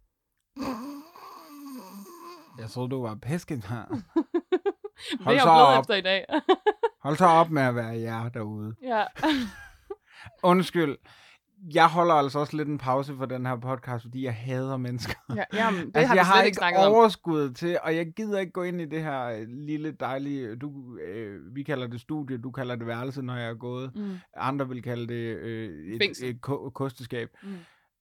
Jeg troede, du var pesket her. Det er jeg jo blevet efter i dag. Hold så op med at være jer derude. Ja. Undskyld. Jeg holder altså også lidt en pause for den her podcast, fordi jeg hader mennesker. Ja, jamen, det altså, har vi jeg slet har ikke ikke snakket om. overskud til, og jeg gider ikke gå ind i det her øh, lille dejlige, du, øh, vi kalder det studie, du kalder det værelse, når jeg er gået. Mm. Andre vil kalde det øh, et, Fængsel. et, et ko- kosteskab. Mm.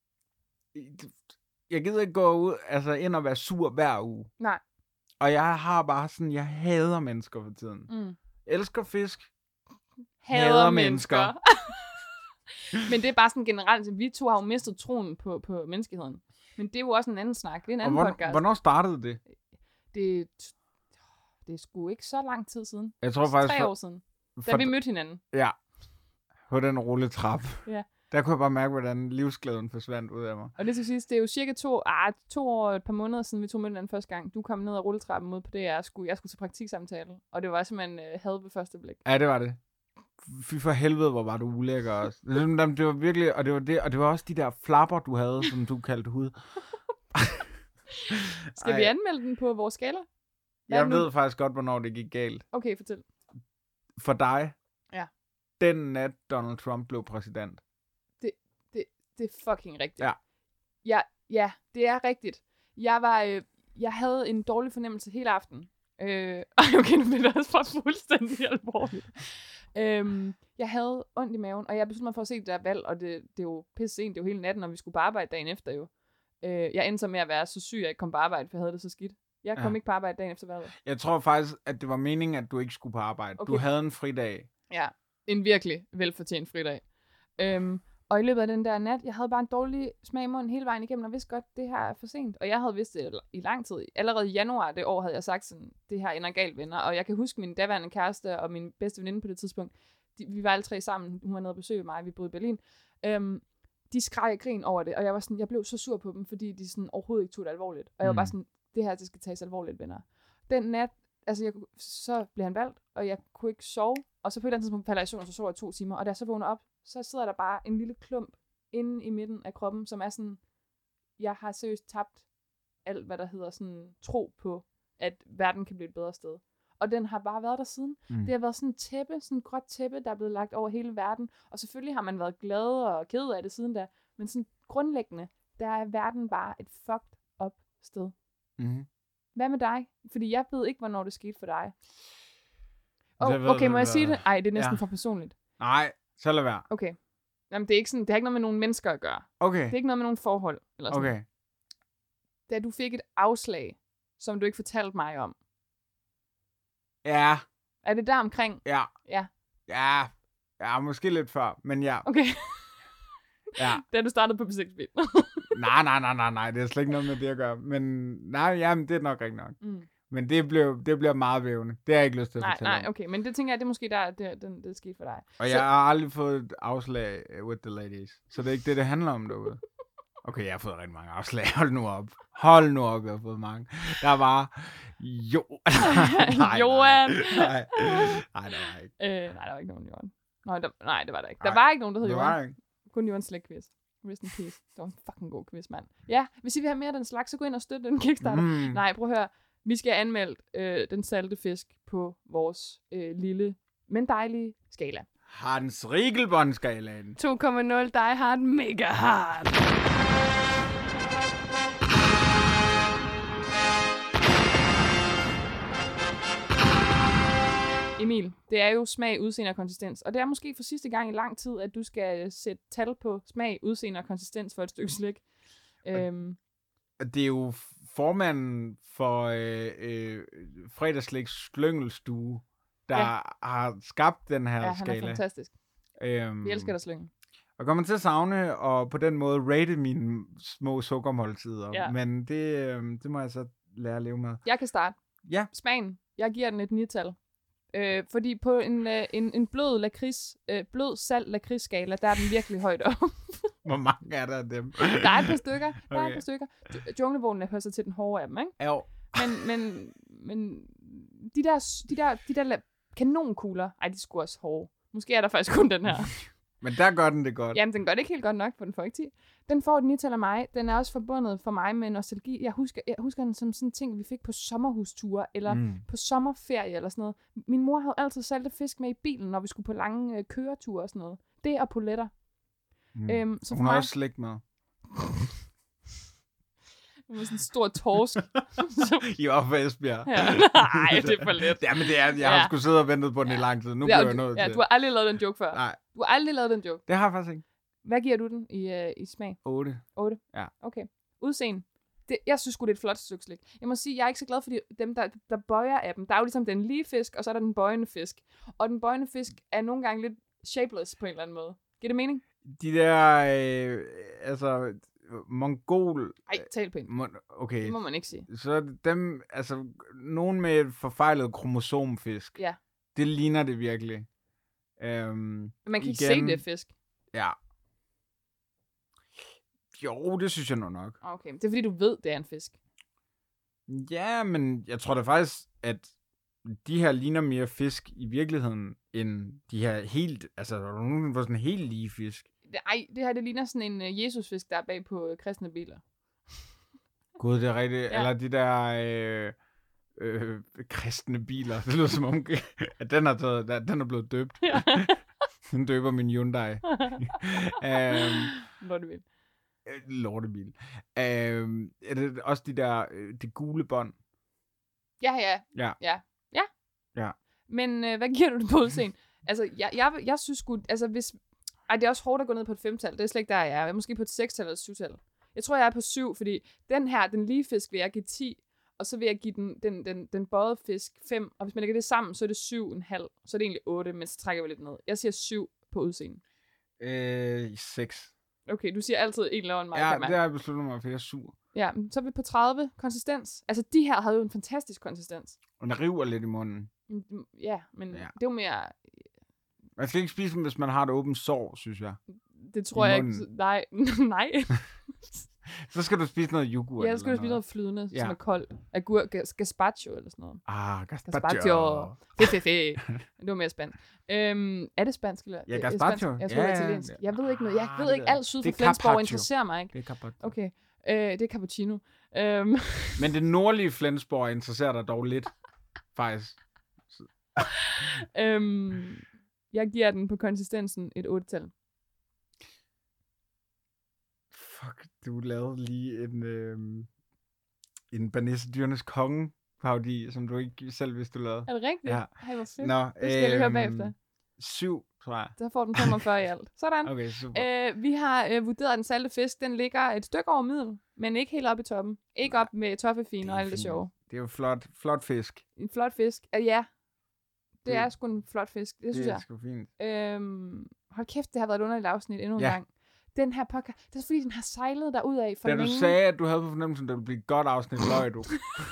Jeg gider ikke gå ud, altså ind og være sur hver uge. Nej. Og jeg har bare sådan, jeg hader mennesker for tiden. Mm. Elsker fisk. Hader, Hader mennesker. mennesker. Men det er bare sådan generelt, vi to har jo mistet troen på, på menneskeheden. Men det er jo også en anden snak. Det er en Og anden hvornår, podcast. hvornår startede det? Det, det er sgu ikke så lang tid siden. Jeg tror faktisk... Tre for- år siden. Da for- vi mødte hinanden. Ja. På den rulletrap. Ja. Der kunne jeg bare mærke, hvordan livsglæden forsvandt ud af mig. Og det skal siges, det er jo cirka to, ah, to år og et par måneder siden, vi tog mødte hinanden første gang. Du kom ned ad rulletrappen ud på det, jeg skulle, jeg skulle til praktiksamtale. Og det var simpelthen øh, had ved første blik. Ja, det var det. Fy for helvede, hvor var du ulækker også. Det var virkelig, og det var det, og det var også de der flapper, du havde, som du kaldte hud. Skal Ej. vi anmelde den på vores skala? Hvad er Jeg det nu? ved faktisk godt, hvornår det gik galt. Okay, fortæl. For dig, Ja. den nat Donald Trump blev præsident. Det er fucking rigtigt. Ja. Ja, ja, det er rigtigt. Jeg var, øh, jeg havde en dårlig fornemmelse hele aften. Øh, okay, nu bliver det også bare fuldstændig alvorligt. øhm, jeg havde ondt i maven, og jeg besluttede mig for at se det der valg, og det, det er jo pisse sent, det er jo hele natten, og vi skulle på arbejde dagen efter jo. Øh, jeg endte så med at være så syg, at jeg ikke kom på arbejde, for jeg havde det så skidt. Jeg kom Ja. ikke på arbejde dagen efter valget. Jeg tror faktisk, at det var meningen, at du ikke skulle på arbejde. Okay. Du havde en fridag. Ja, en virkelig velfortjent fridag. Øhm, Og i løbet af den der nat, jeg havde bare en dårlig smag i munden hele vejen igennem, og vidste godt, det her er for sent. Og jeg havde vidst det i lang tid. Allerede i januar det år havde jeg sagt sådan, det her ender galt, venner. Og jeg kan huske min daværende kæreste og min bedste veninde på det tidspunkt. De, vi var alle tre sammen. Hun var nede og besøge mig, vi boede i Berlin. Øhm, de skreg og grin over det, og jeg var sådan, jeg blev så sur på dem, fordi de sådan overhovedet ikke tog det alvorligt. Og jeg var bare sådan, det her, det skal tages alvorligt, venner. Den nat, altså jeg, så blev han valgt, og jeg kunne ikke sove. Og så på et eller andet tidspunkt falder jeg i søvn, og så sover jeg to timer. Og da jeg så vågner op, så sidder der bare en lille klump inde i midten af kroppen, som er sådan, jeg har seriøst tabt alt, hvad der hedder sådan tro på, at verden kan blive et bedre sted. Og den har bare været der siden. Mm. Det har været sådan et tæppe, sådan et gråt tæppe, der er blevet lagt over hele verden. Og selvfølgelig har man været glad og ked af det siden da. Men sådan grundlæggende, der er verden bare et fucked up sted. Mm. Hvad med dig? Fordi jeg ved ikke, hvornår det skete for dig. Oh, okay, må jeg sige det? Ej, det er næsten ja. for personligt. Nej, så lad være. Okay. Jamen, det er ikke sådan, det har ikke noget med nogle mennesker at gøre. Okay. Det er ikke noget med nogle forhold. Eller sådan. Okay. Da du fik et afslag, som du ikke fortalte mig om. Ja. Er det der omkring? Ja. Ja. Ja. Ja, måske lidt før, men ja. Okay. Ja. Da du startede på musikspil. nej, nej, nej, nej, nej. Det er slet ikke noget med det at gøre. Men nej, jamen, det er nok rigtig nok. Mm. Men det blev, det bliver meget vævende. Det har jeg ikke lyst til at nej, fortælle Nej, om. nej, okay. Men det tænker jeg, det er måske der, det, det, det er sket for dig. Og så... jeg har aldrig fået et afslag with the ladies. Så det er ikke det, det handler om derude. Okay, jeg har fået rigtig mange afslag. Hold nu op. Hold nu op, jeg har fået mange. Der var... Jo... nej, Johan! Nej, nej, nej, der var ikke. Øh, nej, der var ikke nogen Johan. Nej, der, nej, det var der ikke. Der nej, var ikke nogen, der hed Johan. Det var ikke. Kun Johan Slæk-quiz. Rest in peace. Det var en fucking god quiz, mand. Ja, hvis I vil have mere af den slags, så gå ind og støtte den Kickstarter. Mm. Nej, prøv at høre. Vi skal anmelde øh, den salte fisk på vores øh, lille, men dejlige skala. Hans Riegelbånd-skalaen. to komma nul Die Hard Mega Hard. Emil, det er jo smag, udseende og konsistens. Og det er måske for sidste gang i lang tid, at du skal sætte tal på smag, udseende og konsistens for et stykke slik. Øhm. Det er jo formanden for øh, øh, Fredagslægs Slyngelstue, der ja. har skabt den her ja, skala. Ja, han er fantastisk. Øhm, Vi elsker dig, Slynge. Og kommer til at savne og på den måde rate mine små sukkermåltider. Ja. Men det, øh, det må jeg så lære at leve med. Jeg kan starte. Ja. Smagen. Jeg giver den et ni-tal. Øh, fordi på en, øh, en, en blød lakrids, øh, blød salt lakridsskala, der er den virkelig højt op. Hvor mange er der af dem? Der er et par stykker. Der okay. er et par stykker. Junglebogen hører sig til den hårde af dem, ikke? Jo. Men, men, men de der, de der, de der kanonkugler, ej, de er sgu også hårde. Måske er der faktisk kun den her. Men der gør den det godt. Jamen, den gør det ikke helt godt nok, for den får ikke ti. Den får et ni-tal af mig. Den er også forbundet for mig med nostalgi. Jeg husker, jeg husker den som sådan en ting, vi fik på sommerhusture, eller mm. på sommerferie, eller sådan noget. Min mor havde altid saltet fisk med i bilen, når vi skulle på lange øh, køreture og sådan noget. Det og poletter. Mm. Øhm, så Hun har mig... også slægt med. Det var sådan en stor torsk. I var for Esbjerg. Ja. Nej, det er for let. Jamen, det er, jeg ja. har sgu siddet og ventet på den ja. i lang tid. Nu ja, bliver jeg nødt ja, til. Du har aldrig lavet den joke før. Nej. Du har aldrig lavet den joke. Det har jeg faktisk ikke. Hvad giver du den i, uh, i smag? otte. otte? Ja. Okay. Udseende. Det, jeg synes sgu, det er et flot stykke slik. Jeg må sige, jeg er ikke så glad for de, dem, der, der bøjer af dem. Der er jo ligesom den lige fisk, og så er der den bøjende fisk. Og den bøjende fisk er nogle gange lidt shapeless på en eller anden måde. Giver det mening? De der, øh, altså, mongol... Ej, tal pænt. Mon- okay. Det må man ikke sige. Så dem, altså, nogen med et forfejlet kromosomfisk. Ja. Det ligner det virkelig. Øhm, man kan ikke se det fisk. Ja. Jo, det synes jeg nu nok. Okay, det er fordi, du ved, det er en fisk. Ja, men jeg tror da faktisk, at de her ligner mere fisk i virkeligheden, end de her helt, altså, der er nogen, der er sådan en helt lige fisk. Ej, det her, det ligner sådan en uh, Jesusfisk, der er bag på uh, kristne biler. Gud, det er rigtigt. Ja. Eller de der øh, øh, kristne biler. Det lyder som om, at den er, taget, den er blevet døbt. Ja. Den døber min Hyundai. um, Lortebil. Lortebil. Um, er det også de der, øh, det gule bånd? Ja, ja. Ja. Ja. Ja. ja. Men øh, hvad giver du det på udseende? Altså, jeg, jeg, jeg synes sgu, altså hvis... Ej, det er også hårdt at gå ned på et femtal. Det er slet ikke der, jeg er. Jeg er måske på et sekstal eller et syvtal. Jeg tror, jeg er på syv, fordi den her, den lige fisk, vil jeg give ti, og så vil jeg give den, den, den, den bøjede fisk fem, og hvis man lægger det sammen, så er det syv komma fem, så er det egentlig otte, men så trækker vi lidt ned. Jeg siger syv på udseende. Øh, seks. Okay, du siger altid en lavere end mig. Ja, kan man. det har jeg besluttet mig, for jeg er sur. Ja, så er vi på tredive. Konsistens. Altså, de her havde jo en fantastisk konsistens. Og den river lidt i munden. Ja, men Ja. det er jo mere... Man skal ikke spise dem, hvis man har et åbent sår, synes jeg. Det tror I jeg munden. ikke... Nej, nej. Så skal du spise noget yoghurt. Ja, så skal du eller spise noget flydende, Ja. som er koldt. Agurk, gazpacho eller sådan noget. Ah, Gazpacho. gazpacho. Fe, fe, fe. Det var mere spansk. Øhm, er det spansk eller? Ja, det- gazpacho. spansk? Jeg tror, det Ja, er italiensk. ja. Jeg ved ikke noget. Jeg Ah, ved det ikke ved jeg. alt syd Det for er Flensborg carpaccio. interesserer mig ikke. Det er carpaccio. Okay. Øh, det er cappuccino. Øhm. Men det nordlige Flensborg interesserer dig dog lidt, faktisk. øhm, jeg giver den på konsistensen et otte-tal. Fuck, du lavede lige en, øh, en Banisse Dyrenes Konge parodi, som du ikke selv vidste, du lavede. Er det rigtigt? Ja. Ej, hvor fedt. Nå, Det skal jeg lige høre øhm, bagefter. Syv, tror jeg. Så får den femogfyrre i alt. Sådan. Okay, super. Øh, vi har øh, vurderet den salte fisk. Den ligger et stykke over middel, men ikke helt oppe i toppen. Ikke op med toffefin og alt det fint. sjove. Det er jo flot, flot fisk. En flot fisk. Uh, ja, det, Det- er sgu en flot fisk. Det, det synes det er jeg. sgu fint. Øhm, hold kæft, det har været et underligt afsnit endnu en Ja. gang. Den her podcast, det er fordi, den har sejlet derudad for Da længe. du sagde, at du havde på fornemmelsen, at det ville blive et godt afsnit, løg du.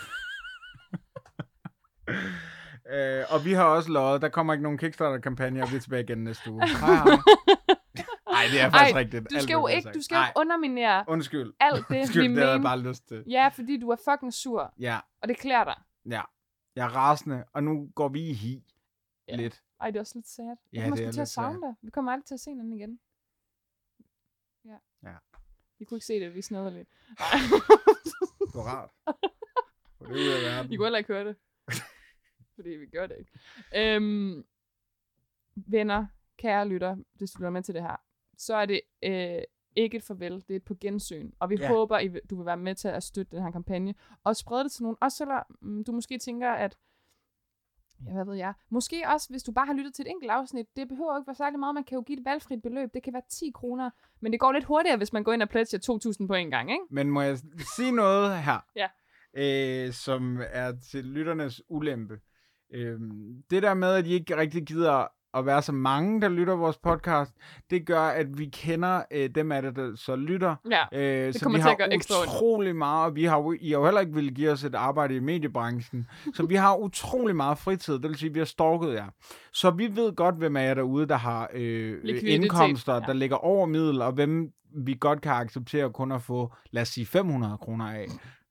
øh, og vi har også løjet. Der kommer ikke nogen Kickstarter-kampagne, og vi er tilbage igen næste uge. Hej, hej. Nej, det er faktisk Ej, rigtigt. Du alt, skal hvad jo vi har ikke, sagt. du skal jo Ej, ikke underminere undskyld. alt det, Undskyld, vi det havde jeg mener. bare lyst til. Ja, fordi du er fucking sur, Ja, og det klæder dig. ja. Jeg er rasende, og nu går vi i hi. Ja. Lidt. Ej, det er også lidt sad. Jeg Ja, kommer det sgu er til at lidt sad. savne dig. Vi kommer aldrig til at se hinanden igen. Ja. Ja. I kunne ikke se det, vi snødder lidt. Det var rart. For det er ud af verden. I kunne heller ikke høre det. Fordi vi gør det ikke. Øhm, venner, kære lytter, hvis du lytter med til det her, så er det øh, ikke et farvel, det er et på gensyn. Og vi Ja. håber, I, vil- du vil være med til at støtte den her kampagne. Og sprede det til nogen. Også selvom mm, du måske tænker, at ja, hvad ved jeg. Måske også, hvis du bare har lyttet til et enkelt afsnit. Det behøver ikke være særlig meget. Man kan jo give et valgfrit beløb. Det kan være ti kroner. Men det går lidt hurtigere, hvis man går ind og pledger to tusind på en gang, ikke? Men må jeg sige noget her, Ja. øh, som er til lytternes ulempe. Øh, det der med, at I ikke rigtig gider at være så mange, der lytter vores podcast, det gør, at vi kender øh, dem af det, der så lytter. Ja, Øh, det så kommer vi til at har gøre ekstra ondt. utrolig meget, og vi har jo, I har jo heller ikke ville give os et arbejde i mediebranchen, så vi har utrolig meget fritid, det vil sige, at vi har stalket jer. Så vi ved godt, hvem af jer derude, der har øh, Likviditet, indkomster, ja. der ligger over middel, og hvem vi godt kan acceptere kun at få, lad os sige, fem hundrede kroner af.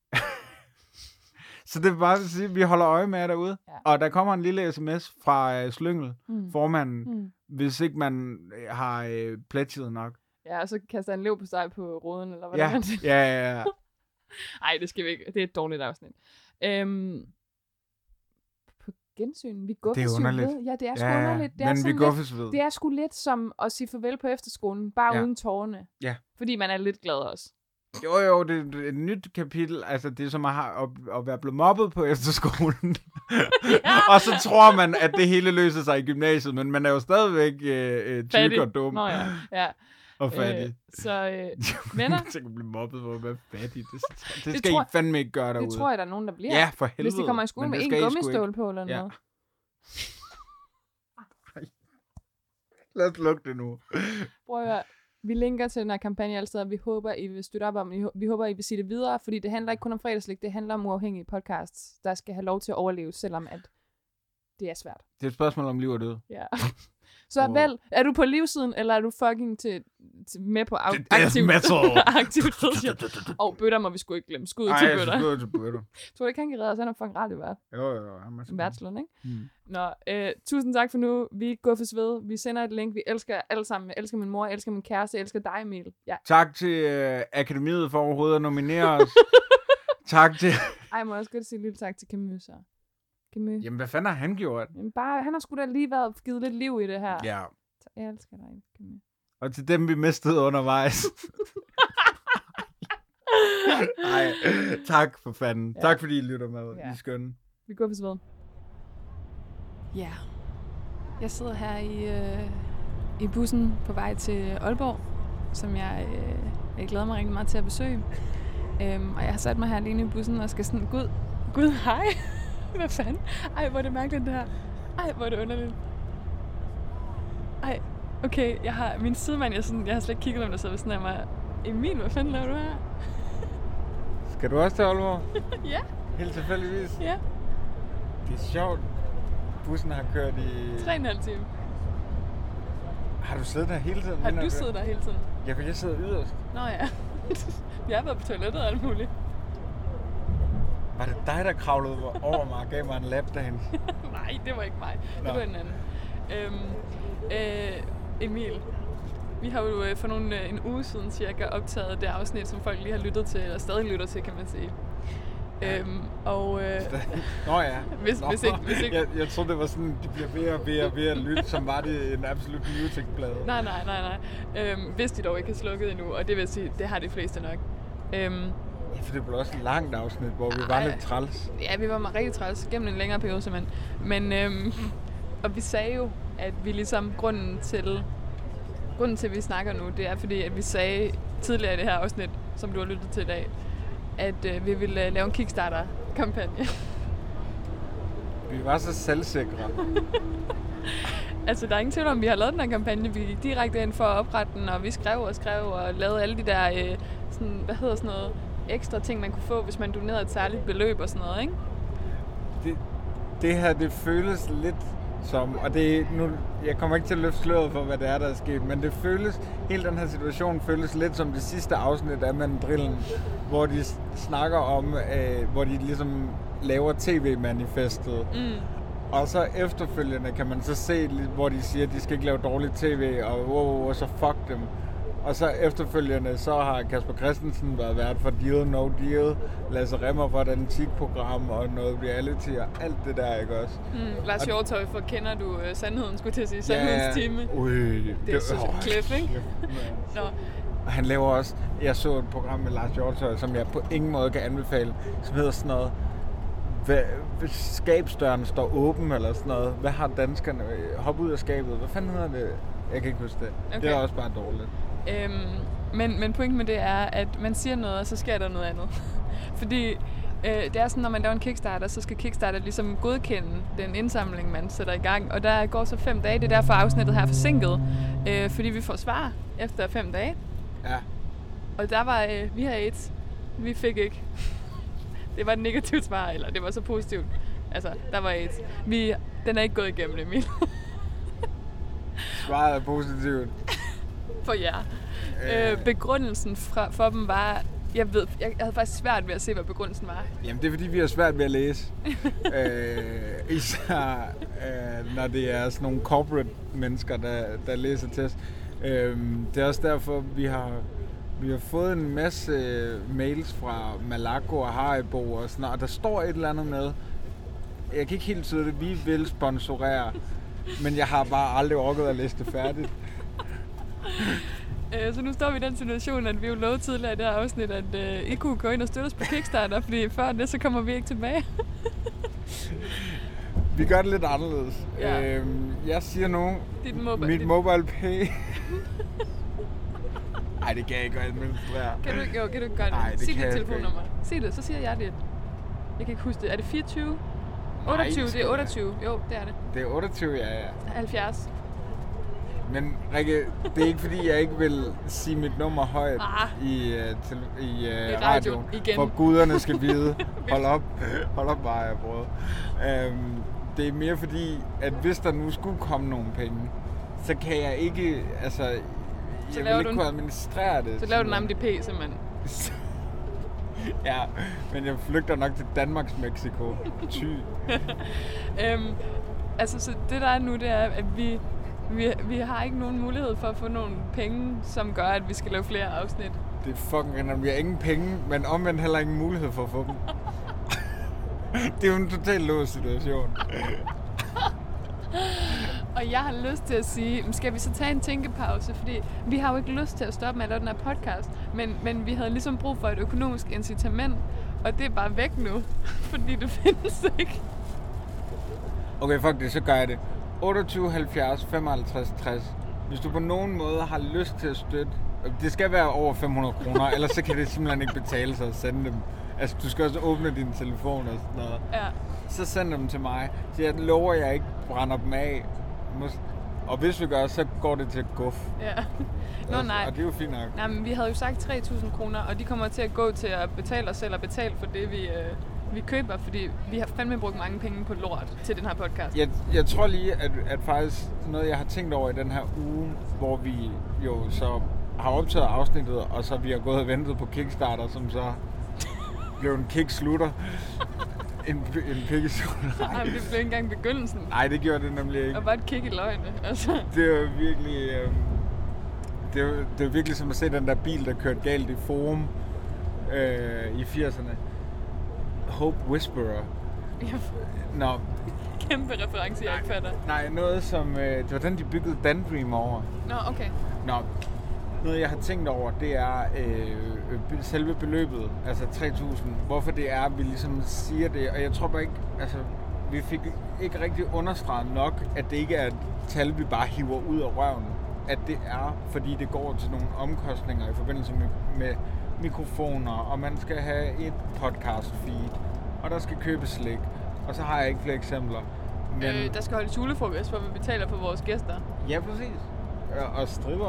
Så det er bare at sige, at vi holder øje med jer derude. Ja. Og der kommer en lille sms fra øh, Slyngel, Mm. formanden, Mm. hvis ikke man øh, har øh, pledget nok. Ja, og så kaster han lev på sig på roden, eller hvad Ja, man ja, ja, ja. Nej, det skal vi ikke. Det er et dårligt afsnit. Øhm, på gensyn, vi guffes Det er jo underligt. ved. Ja, det er sgu ja, underligt. Det er, men vi sådan guffes ved. lidt, det er sgu lidt som at sige farvel på efterskolen, bare Ja. uden tårerne. Ja. Fordi man er lidt glad også. Jo, jo, det, det er et nyt kapitel. Altså, det er som at, have, at, at være blevet mobbet på efterskolen. Og så tror man, at det hele løser sig i gymnasiet, men man er jo stadigvæk øh, øh, tyk Fattig. og dum. Nå ja, ja. Og fattig. Øh, så øh, venner, Tænk at blive mobbet på at være fattig. Det, det, Det skal tror- I fandme ikke gøre derude. det tror jeg, der er nogen, der bliver. Ja, for helvede. Hvis de kommer i skole Men med det en skal I sgu gummistål ikke. på eller Ja. noget. Lad os lukke det nu. Prøv at høre. Vi linker til den her kampagne alle steder. Vi håber, I vil støtte op om den. Vi håber, I vil sige det videre, fordi det handler ikke kun om fredagslik. Det handler om uafhængige podcasts, der skal have lov til at overleve, selvom at det er svært. Det er et spørgsmål om liv og død. Ja. Så Wow. vel, er du på livssiden, eller er du fucking til, til med på Det ak- er aktiv, metal. aktiv dødshjælp? Og bøtter må vi sgu ikke glemme. Skud til bøtter. Ej, så til bøtter. Tror du ikke, han kan redde os? Han er fucking radiovært. Jo, jo, jo. Han er sgu- Værtslund, ikke? Hmm. Nå, øh, tusind tak for nu. Vi guffes ved. Vi sender et link. Vi elsker alle sammen. Jeg elsker min mor, jeg elsker min kæreste, jeg elsker dig, Emil. Ja. Tak til øh, Akademiet for overhovedet at nominere os. Tak til... Ej, jeg må også godt sige en lille tak til Camus. Så. Camus. Jamen, hvad fanden har han gjort? Jamen, bare, han har sgu da lige været givet lidt liv i det her. Ja. Jeg elsker dig, Camus. Og til dem, vi mistede undervejs. Ej, tak for fanden. Ja. Ja. Tak fordi I lytter med. Ja. I er skønne. Vi går ved. Ja. Jeg sidder her i, øh, i bussen på vej til Aalborg, som jeg, øh, jeg glæder mig rigtig meget til at besøge. Øhm, og jeg har sat mig her alene i bussen og skal sådan, gud, gud, hej. Hvad fanden? Ej, hvor er det mærkeligt det her. Ej, hvor er det underligt. Ej, Okay, jeg har min sidemand, jeg, sådan, jeg har slet ikke kigget, om der sidder ved sådan af mig. Emil, hvad fanden laver du her? Skal du også til Aalborg? Ja. Helt tilfældigvis? Ja. Det er sjovt. Bussen har kørt i... Tre og en halv time. Har du siddet der hele tiden? Har du siddet der hele tiden? Ja, for jeg sidder yderst. Nå ja. Jeg har været på toilettet og alt muligt. Var det dig, der kravlede over mig og gav mig en lapdance? Nej, det var ikke mig. Det Nå. var en anden. Øhm, øh, Emil, vi har jo for nogle, en uge siden cirka optaget det afsnit, som folk lige har lyttet til, eller stadig lytter til, kan man sige. Ja. Øhm, og... Øh, Nå ja. Hvis, Nå. hvis ikke, hvis ikke... Jeg, jeg troede, det var sådan, de bliver ved og ved og ved at lytte, som var det en absolut music-blade. Nej, nej, nej, nej. Øhm, hvis de dog ikke har slukket endnu, og det vil sige, det har de fleste nok. Øhm, Ja, for det blev også et langt afsnit, hvor vi var Ej, lidt træls. Ja, vi var rigtig træls gennem en længere periode, simpelthen. Men, øhm, og vi sagde jo, at vi ligesom grunden til, grunden til, at vi snakker nu, det er fordi, at vi sagde tidligere i det her afsnit, som du har lyttet til i dag, at øh, vi ville lave en Kickstarter-kampagne. Vi var så selvsikre. Altså, der er ingen tvivl om, vi har lavet den her kampagne. Vi gik direkte ind for at oprette den, og vi skrev og skrev og lavede alle de der, øh, sådan, hvad hedder sådan noget, ekstra ting, man kunne få, hvis man donerede et særligt beløb og sådan noget, ikke? Det, det her, det føles lidt som, og det nu, jeg kommer ikke til at løfte sløret for, hvad det er, der er sket, men det føles, hele den her situation føles lidt som det sidste afsnit af Mandrillen, hvor de snakker om, øh, hvor de ligesom laver tv-manifestet. Mm. Og så efterfølgende kan man så se, hvor de siger, at de skal ikke lave dårligt tv, og wow, wow, så fuck dem. Og så efterfølgende, så har Kasper Christensen været vært for Deal No Deal, Lasse Rimmer for et antikprogram og noget reality og alt det der, ikke også? Mm, Lars Hjortøj, for kender du uh, sandheden, skulle til at sige, sandhedens time. Ja, ui, det er så oh, klip, ikke? Nå. Og han laver også, jeg så et program med Lars Hjortøj, som jeg på ingen måde kan anbefale, som hedder sådan noget, hvad, skabsdøren står åben eller sådan noget. Hvad har danskerne? Hop ud af skabet. Hvad fanden hedder det? Jeg kan ikke huske det. Okay. Det er også bare dårligt. Øhm, men, men pointen med det er, at man siger noget, og så sker der noget andet. Fordi øh, det er sådan, når man laver en Kickstarter, så skal Kickstarter ligesom godkende den indsamling, man sætter i gang. Og der går så fem dage. Det er derfor afsnittet her er forsinket. Øh, fordi vi får svar efter fem dage. Ja. Og der var, øh, vi har et. Vi fik ikke. Det var et negativt svar, eller det var så positivt. Altså, der var et. Vi, den er ikke gået igennem, Emil. Svaret er positivt. For jer. Øh. Øh, begrundelsen fra, for dem var, jeg ved, jeg havde faktisk svært ved at se, hvad begrundelsen var. Jamen, det er fordi, vi har svært ved at læse. øh, især øh, når det er sådan nogle corporate mennesker, der, der læser til os. Øh, det er også derfor, vi har, vi har fået en masse mails fra Malaco og Haribo og sådan noget, og der står et eller andet med, jeg kan ikke helt tyde det, vi vil sponsorere, men jeg har bare aldrig orket at læse det færdigt. Så nu står vi i den situation, at vi jo lovede tidligere i det her afsnit, at uh, I kunne gå ind og støtte os på Kickstarter, fordi før det, så kommer vi ikke tilbage. Vi gør det lidt anderledes. Ja. Øhm, jeg siger nu, dit mobi- mit dit... mobile pay... Ej, det kan jeg ikke administrere. Kan du ikke, jo, kan du ikke gøre det? Ej, det Sig kan dit jeg telefonnummer. Sig det, så siger jeg det. Jeg kan ikke huske det. Er det fireogtyve? otteogtyve, det er otteogtyve. Jo, det er det. Det er otteogtyve, ja, ja. halvfjerds. Men Rikke, det er ikke fordi, jeg ikke vil sige mit nummer højt ah. i, uh, til, i, uh, I radio, radioen igen. Hvor guderne skal vide. Hold op, hold op bare, jeg brød. Um, det er mere fordi, at hvis der nu skulle komme nogle penge, så kan jeg ikke, altså, så jeg vil ikke kunne administrere det. Så laver du en M D P, simpelthen. Ja, men jeg flygter nok til Danmarks Mexico. Ty. øhm, altså, så det der er nu, det er, at vi, vi, vi har ikke nogen mulighed for at få nogle penge, som gør, at vi skal lave flere afsnit. Det er fucking random. Vi har ingen penge, men omvendt heller ingen mulighed for at få dem. Det er jo en totalt låst situation. Og jeg har lyst til at sige, skal vi så tage en tænkepause? Fordi vi har jo ikke lyst til at stoppe med at lave den her podcast, men, men vi havde ligesom brug for et økonomisk incitament, og det er bare væk nu, fordi det findes ikke. Okay, fuck det, så gør jeg det. otteogtyve halvfjerds femoghalvtreds tres. Hvis du på nogen måde har lyst til at støtte, det skal være over fem hundrede kroner, ellers så kan det simpelthen ikke betale sig at sende dem. Altså, du skal også åbne din telefon og sådan noget. Ja. Så send dem til mig. Så jeg lover, at jeg ikke brænder dem af. Mås- Og hvis vi gør, så går det til guf. Ja. Nå nej. Og det er jo fint nok. Nej, men vi havde jo sagt tre tusind kroner, og de kommer til at gå til at betale os selv og betale for det, vi, øh, vi køber, fordi vi har fandme brugt mange penge på lort til den her podcast. Jeg, jeg tror lige, at, at faktisk noget, jeg har tænkt over i den her uge, hvor vi jo så har optaget afsnittet, og så vi har gået og ventet på Kickstarter, som så blev en kickslutter. En, en pikkeslutter. Nej, det blev ikke engang begyndelsen. Nej, det gjorde det nemlig ikke. Og bare et kick i løgne, altså. Det er jo virkelig... Øh, det, er jo, det er virkelig som at se den der bil, der kørte galt i Forum øh, i firserne. Hope Whisperer. Ja. Nå. Kæmpe reference, jeg ikke fatter. Nej, noget som... Øh, det var den, de byggede Dandream over. Nå, okay. Nå. Noget, jeg har tænkt over, det er øh, selve beløbet, altså tre tusind. Hvorfor det er, at vi ligesom siger det. Og jeg tror bare ikke... Altså, vi fik ikke rigtig understreget nok, at det ikke er et tal, vi bare hiver ud af røven. At det er, fordi det går til nogle omkostninger i forbindelse med, med mikrofoner, og man skal have et podcast feed, og der skal købes slik. Og så har jeg ikke flere eksempler. Men... Øh, der skal holdes julefrokost, hvor vi betaler for vores gæster. Ja, præcis. Og stripper.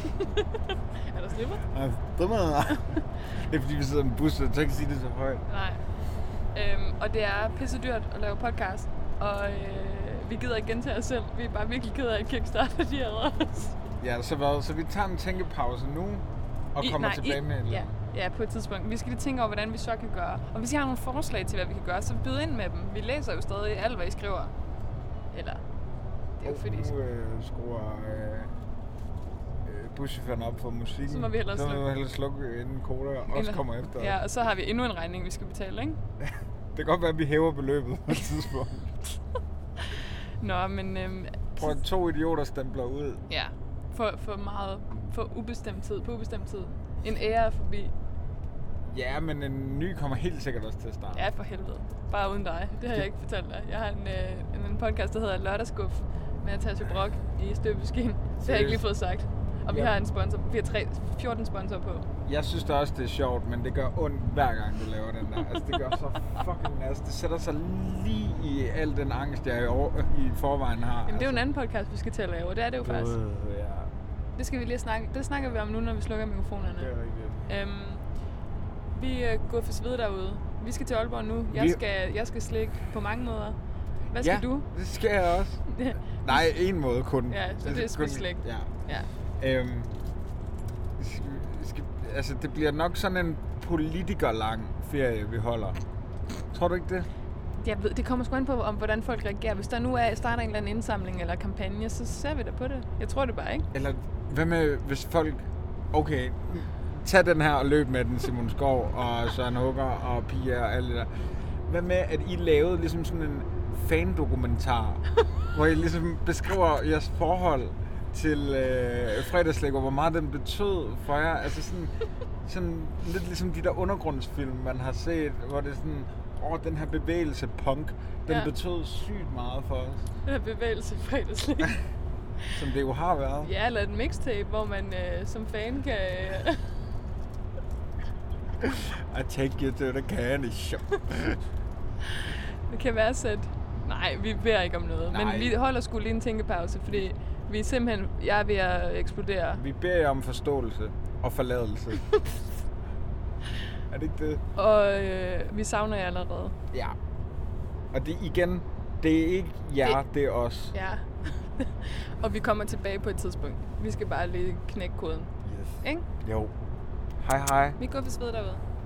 Er der stripper? Ja, stripper. Det er fordi, vi sidder i en bus, så jeg kan sige det så højt. Nej. Øhm, og det er pisse dyrt at lave podcast. Og øh, vi gider ikke gentage os selv. Vi er bare virkelig ked af, at Kickstarter de havde os. Ja, så hvad? Så vi tager en tænkepause nu, og I, kommer nej, tilbage I, med et ja, ja, på et tidspunkt. Vi skal lige tænke over, hvordan vi så kan gøre. Og hvis I har nogle forslag til, hvad vi kan gøre, så byd ind med dem. Vi læser jo stadig alt, hvad I skriver. Eller... Det er jo fordi... Nu øh, skruer øh, buschaufføren op for musikken. Så må vi hellere slukke. Så må vi hellere slukke, inden Koda også kommer efter. Ja, og så har vi endnu en regning, vi skal betale, ikke? Det kan godt være, at vi hæver beløbet på et tidspunkt. Nå, men... Øhm, Prøv at to idioter stempler ud. Ja, for, for meget... For ubestemt tid, på ubestemt tid. En ære er forbi. Ja, men en ny kommer helt sikkert også til at starte. Ja, for helvede. Bare uden dig. Det har jeg ikke fortalt dig. Jeg har en, øh, en podcast, der hedder Lørdagsguf med Natasha Brock i støbeskeen. Det har jeg ikke lige fået sagt. Og vi ja. har en sponsor. Vi har tre, fjorten sponsorer på. Jeg synes da også, det er sjovt, men det gør ondt hver gang, du laver den der. Altså, det gør så fucking næst. Det sætter sig lige i al den angst, jeg i, over, i forvejen har. Jamen, det er jo en altså. anden podcast, vi skal til at lave, og det er det jo faktisk. Øh, ja. Det skal vi lige snakke. Det snakker vi om nu, når vi slukker mikrofonerne. Det er rigtigt. Øhm, vi er gået for sved derude. Vi skal til Aalborg nu. Jeg vi... skal, jeg skal slikke på mange måder. Hvad skal ja, du? det skal jeg også. Nej, en måde kun. Ja, så det er spidslæg. Ja. ja. Øhm, skal, skal, altså, det bliver nok sådan en politikerlang ferie, vi holder. Tror du ikke det? Jeg ved, det kommer sgu an på, om hvordan folk reagerer. Hvis der nu er, starter en eller anden indsamling eller kampagne, så ser vi da på det. Jeg tror det bare, ikke? Eller hvad med, hvis folk... Okay, tag den her og løb med den, Simon Skov og Søren Hugger og Pia og alt det der. Hvad med, at I lavede ligesom sådan en fan-dokumentar, hvor I ligesom beskriver jeres forhold til øh, fredagslæg, og hvor meget den betød for jer? Altså sådan, sådan lidt ligesom de der undergrundsfilm, man har set, hvor det er sådan... Åh, den her bevægelse punk, den ja. betød sygt meget for os. Den her bevægelse fredagslæg. Som det jo har været. Ja, eller et mixtape, hvor man øh, som fan kan... I take you to the candy shop. Det kan være sæt. Nej, vi beder ikke om noget. Nej. Men vi holder sgu lige en tænkepause, fordi vi er simpelthen... Jeg er ved at eksplodere. Vi beder jer om forståelse og forladelse. Er det ikke det? Og øh, vi savner jer allerede. Ja. Og det igen, det er ikke jer, det, det er os. Ja. Og vi kommer tilbage på et tidspunkt. Vi skal bare lige knække koden. Yes. Ikke? Jo. Hej hej. Vi går for sved derude.